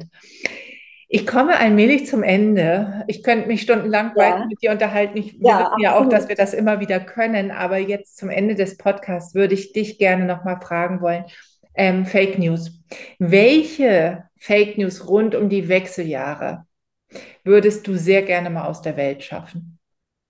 Ich komme allmählich zum Ende. Ich könnte mich stundenlang weiter ja, mit dir unterhalten. Ich, wir ja, wissen ja auch, dass absolut. wir das immer wieder können, aber jetzt zum Ende des Podcasts würde ich dich gerne nochmal fragen wollen. Ähm, Fake News. Welche Fake News rund um die Wechseljahre würdest du sehr gerne mal aus der Welt schaffen?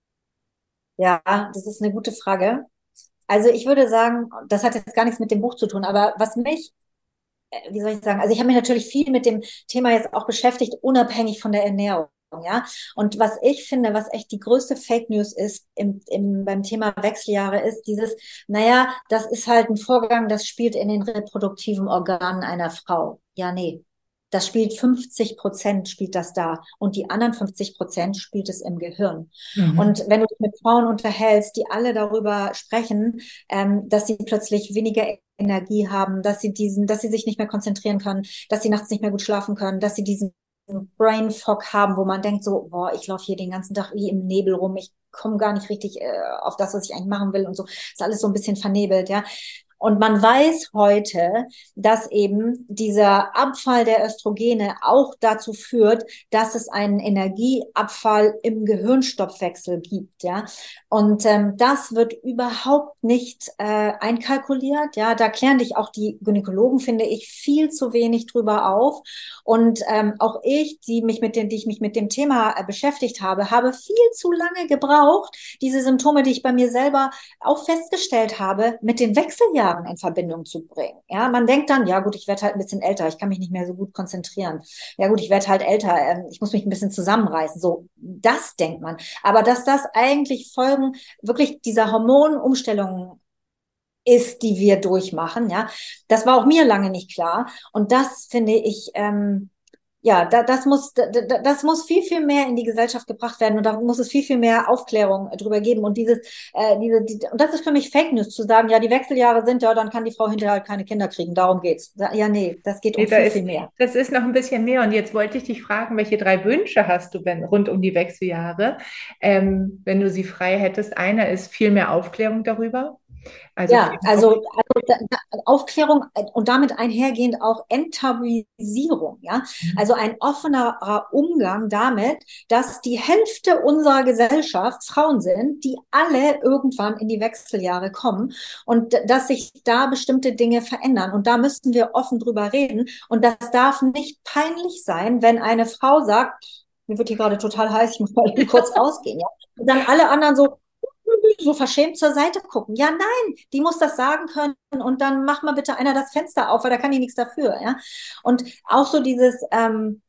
Ja, das ist eine gute Frage. Also ich würde sagen, das hat jetzt gar nichts mit dem Buch zu tun, aber was mich, äh, wie soll ich sagen, also ich habe mich natürlich viel mit dem Thema jetzt auch beschäftigt, unabhängig von der Ernährung. Ja, und was ich finde, was echt die größte Fake News ist im, im, beim Thema Wechseljahre, ist dieses, naja, das ist halt ein Vorgang, das spielt in den reproduktiven Organen einer Frau. Ja, nee. Das spielt fünfzig Prozent spielt das da, und die anderen fünfzig Prozent spielt es im Gehirn. Mhm. Und wenn du dich mit Frauen unterhältst, die alle darüber sprechen, ähm, dass sie plötzlich weniger Energie haben, dass sie diesen, dass sie sich nicht mehr konzentrieren können, dass sie nachts nicht mehr gut schlafen können, dass sie diesen Brain Fog haben, wo man denkt so, boah, ich laufe hier den ganzen Tag wie im Nebel rum, ich komme gar nicht richtig äh, auf das, was ich eigentlich machen will und so. Ist alles so ein bisschen vernebelt, ja. Und man weiß heute, dass eben dieser Abfall der Östrogene auch dazu führt, dass es einen Energieabfall im Gehirnstoffwechsel gibt, ja. Und ähm, das wird überhaupt nicht äh, einkalkuliert, ja. Da klären dich auch die Gynäkologen, finde ich, viel zu wenig drüber auf. Und ähm, auch ich, die mich mit dem, die ich mich mit dem Thema äh, beschäftigt habe, habe viel zu lange gebraucht, diese Symptome, die ich bei mir selber auch festgestellt habe, mit den Wechseljahren in Verbindung zu bringen. Ja, man denkt dann, ja gut, ich werde halt ein bisschen älter, ich kann mich nicht mehr so gut konzentrieren. Ja gut, ich werde halt älter, ähm, ich muss mich ein bisschen zusammenreißen. So, das denkt man. Aber dass das eigentlich Folgen wirklich dieser Hormonumstellungen ist, die wir durchmachen, ja, das war auch mir lange nicht klar. Und das finde ich, ähm, ja, da, das muss, da, das muss viel, viel mehr in die Gesellschaft gebracht werden, und da muss es viel, viel mehr Aufklärung drüber geben. Und dieses, äh, diese, die, und das ist für mich Fake News, zu sagen, ja, die Wechseljahre sind ja, dann kann die Frau hinterher halt keine Kinder kriegen. Darum geht's. Ja, nee, das geht Nee, um da viel, ist, viel mehr. das ist noch ein bisschen mehr. Und jetzt wollte ich dich fragen, welche drei Wünsche hast du, wenn rund um die Wechseljahre, ähm, wenn du sie frei hättest? Einer ist viel mehr Aufklärung darüber. Also Ja, viel also, Aufklärung. also da, da, Aufklärung äh, und damit einhergehend auch Enttabuisierung, ja. Also ein offenerer Umgang damit, dass die Hälfte unserer Gesellschaft Frauen sind, die alle irgendwann in die Wechseljahre kommen und dass sich da bestimmte Dinge verändern. Und da müssten wir offen drüber reden. Und das darf nicht peinlich sein, wenn eine Frau sagt, mir wird hier gerade total heiß, ich muss mal eben kurz rausgehen, ja. Und dann alle anderen so, so verschämt zur Seite gucken. Ja, nein, die muss das sagen können und dann mach mal bitte einer das Fenster auf, weil da kann die nichts dafür. Ja? Und auch so dieses, ähm,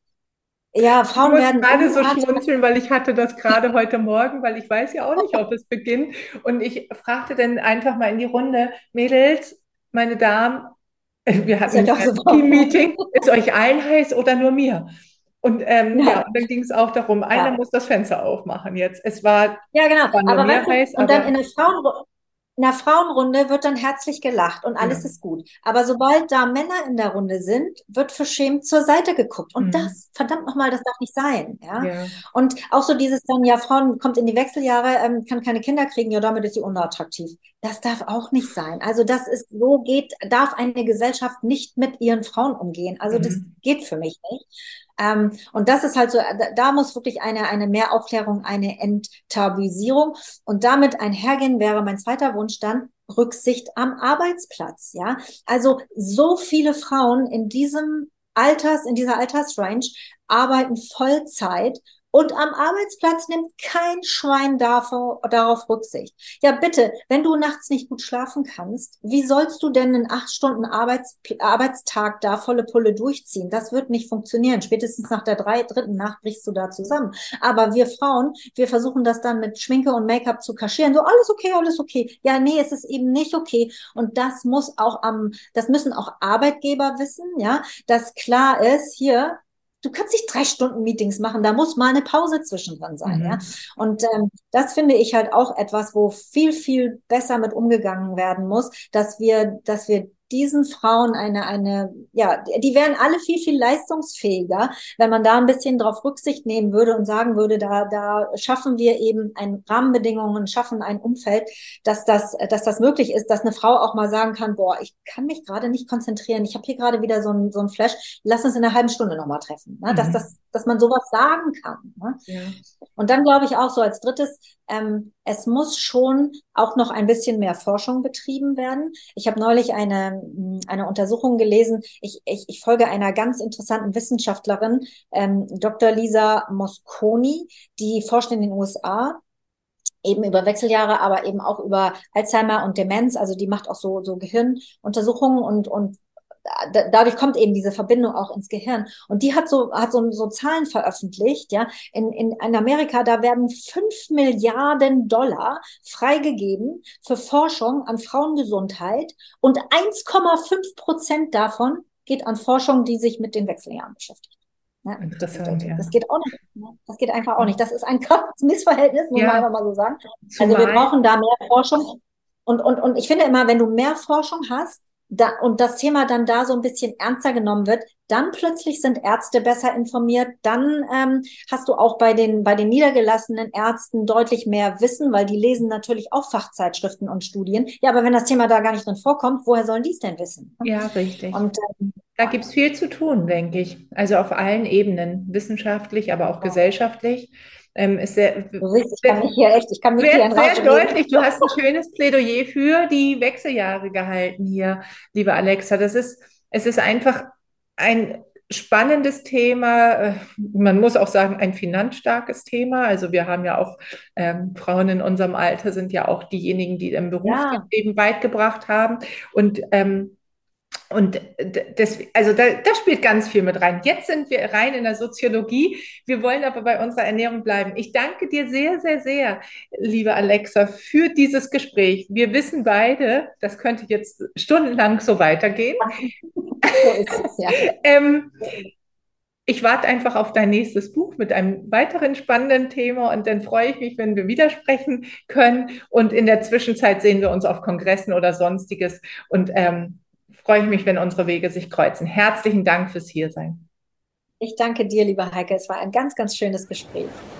ja, Ich Frauen muss werden gerade so unartig. schmunzeln, weil ich hatte das gerade heute Morgen, weil ich weiß ja auch nicht, ob es beginnt. Und ich fragte dann einfach mal in die Runde, Mädels, meine Damen, wir Ist hatten ja ein doch so. Team-Meeting, ist euch allen heiß oder nur mir? Und ähm, ja, Ja, und dann ging es auch darum, einer ja. muss das Fenster aufmachen jetzt. Es war, Ja, genau. war nur Aber mir weißt du, heiß, und dann aber in der Frauen, in der Frauenrunde wird dann herzlich gelacht und ja. alles ist gut. Aber sobald da Männer in der Runde sind, wird verschämt zur Seite geguckt. Und Mhm. das, verdammt nochmal, das darf nicht sein. Ja? Ja. Und auch so dieses dann, ja, Frauen kommt in die Wechseljahre, ähm, kann keine Kinder kriegen, ja, damit ist sie unattraktiv. Das darf auch nicht sein. Also das ist, so geht, darf eine Gesellschaft nicht mit ihren Frauen umgehen. Also das Mhm. geht für mich nicht. Ähm, und das ist halt so, da, da muss wirklich eine, eine Mehraufklärung, eine Enttabuisierung und damit einhergehen wäre mein zweiter Wunsch dann Rücksicht am Arbeitsplatz. Ja, also so viele Frauen in diesem Alters, in dieser Altersrange arbeiten Vollzeit und am Arbeitsplatz nimmt kein Schwein davor, darauf Rücksicht. Ja, bitte, wenn du nachts nicht gut schlafen kannst, wie sollst du denn einen acht Stunden Arbeits Arbeitstag da volle Pulle durchziehen? Das wird nicht funktionieren. Spätestens nach der drei, dritten Nacht brichst du da zusammen. Aber wir Frauen, wir versuchen das dann mit Schminke und Make-up zu kaschieren. So, alles okay, alles okay. Ja, nee, es ist eben nicht okay. Und das muss auch am, das müssen auch Arbeitgeber wissen, ja, dass klar ist, hier, du kannst nicht drei Stunden Meetings machen, da muss mal eine Pause zwischendrin sein, ja. Mhm. Und ähm, das finde ich halt auch etwas, wo viel, viel besser mit umgegangen werden muss, dass wir, dass wir diesen Frauen eine, eine, ja, die wären alle viel, viel leistungsfähiger, wenn man da ein bisschen drauf Rücksicht nehmen würde und sagen würde, da, da schaffen wir eben ein Rahmenbedingungen, schaffen ein Umfeld, dass das, dass das möglich ist, dass eine Frau auch mal sagen kann, boah, ich kann mich gerade nicht konzentrieren, ich habe hier gerade wieder so ein, so ein Flash, lass uns in einer halben Stunde nochmal treffen. Ne? Dass, Mhm. das, dass man sowas sagen kann. Ne? Ja. Und dann glaube ich auch so als drittes, ähm, es muss schon auch noch ein bisschen mehr Forschung betrieben werden. Ich habe neulich eine, eine Untersuchung gelesen. Ich, ich, ich folge einer ganz interessanten Wissenschaftlerin, ähm, Doktor Lisa Mosconi, die forscht in den U S A eben über Wechseljahre, aber eben auch über Alzheimer und Demenz. Also die macht auch so, so Gehirnuntersuchungen und, und da, dadurch kommt eben diese Verbindung auch ins Gehirn. Und die hat so, hat so, so Zahlen veröffentlicht, ja. In, in, in Amerika, da werden fünf Milliarden Dollar freigegeben für Forschung an Frauengesundheit und eins Komma fünf Prozent davon geht an Forschung, die sich mit den Wechseljahren beschäftigt. Ja, Interessant, ja. das geht auch nicht. Ne? Das geht einfach auch nicht. Das ist ein krasses Missverhältnis, muss man Ja, einfach mal so sagen. Also wir zumal, brauchen da mehr Forschung. Und, und, und ich finde immer, wenn du mehr Forschung hast, da, und das Thema dann da so ein bisschen ernster genommen wird, dann plötzlich sind Ärzte besser informiert, dann ähm, hast du auch bei den, bei den niedergelassenen Ärzten deutlich mehr Wissen, weil die lesen natürlich auch Fachzeitschriften und Studien. Ja, aber wenn das Thema da gar nicht drin vorkommt, woher sollen die es denn wissen? ja, richtig. Und ähm, Da gibt es viel zu tun, denke ich. Also auf allen Ebenen, wissenschaftlich, aber auch ja, gesellschaftlich. Ähm, ist sehr, du siehst, ich kann mich hier echt, ich kann mich hier wird in sehr Rage reden. deutlich. Du hast ein schönes Plädoyer für die Wechseljahre gehalten hier, liebe Alexa. Das ist, es ist einfach ein spannendes Thema. Äh, Man muss auch sagen, ein finanzstarkes Thema. Also wir haben ja auch ähm, Frauen in unserem Alter sind ja auch diejenigen, die im Ja, Berufsleben weit gebracht haben. Und ähm, und das, also da, da spielt ganz viel mit rein. Jetzt sind wir rein in der Soziologie. Wir wollen aber bei unserer Ernährung bleiben. Ich danke dir sehr, sehr, sehr, liebe Alexa, für dieses Gespräch. Wir wissen beide, das könnte jetzt stundenlang so weitergehen. so ist es, ja. Ähm, ich warte einfach auf dein nächstes Buch mit einem weiteren spannenden Thema und dann freue ich mich, wenn wir widersprechen können. Und in der Zwischenzeit sehen wir uns auf Kongressen oder sonstiges und ähm, freue ich mich, wenn unsere Wege sich kreuzen. Herzlichen Dank fürs Hiersein. Ich danke dir, lieber Heike. Es war ein ganz, ganz schönes Gespräch.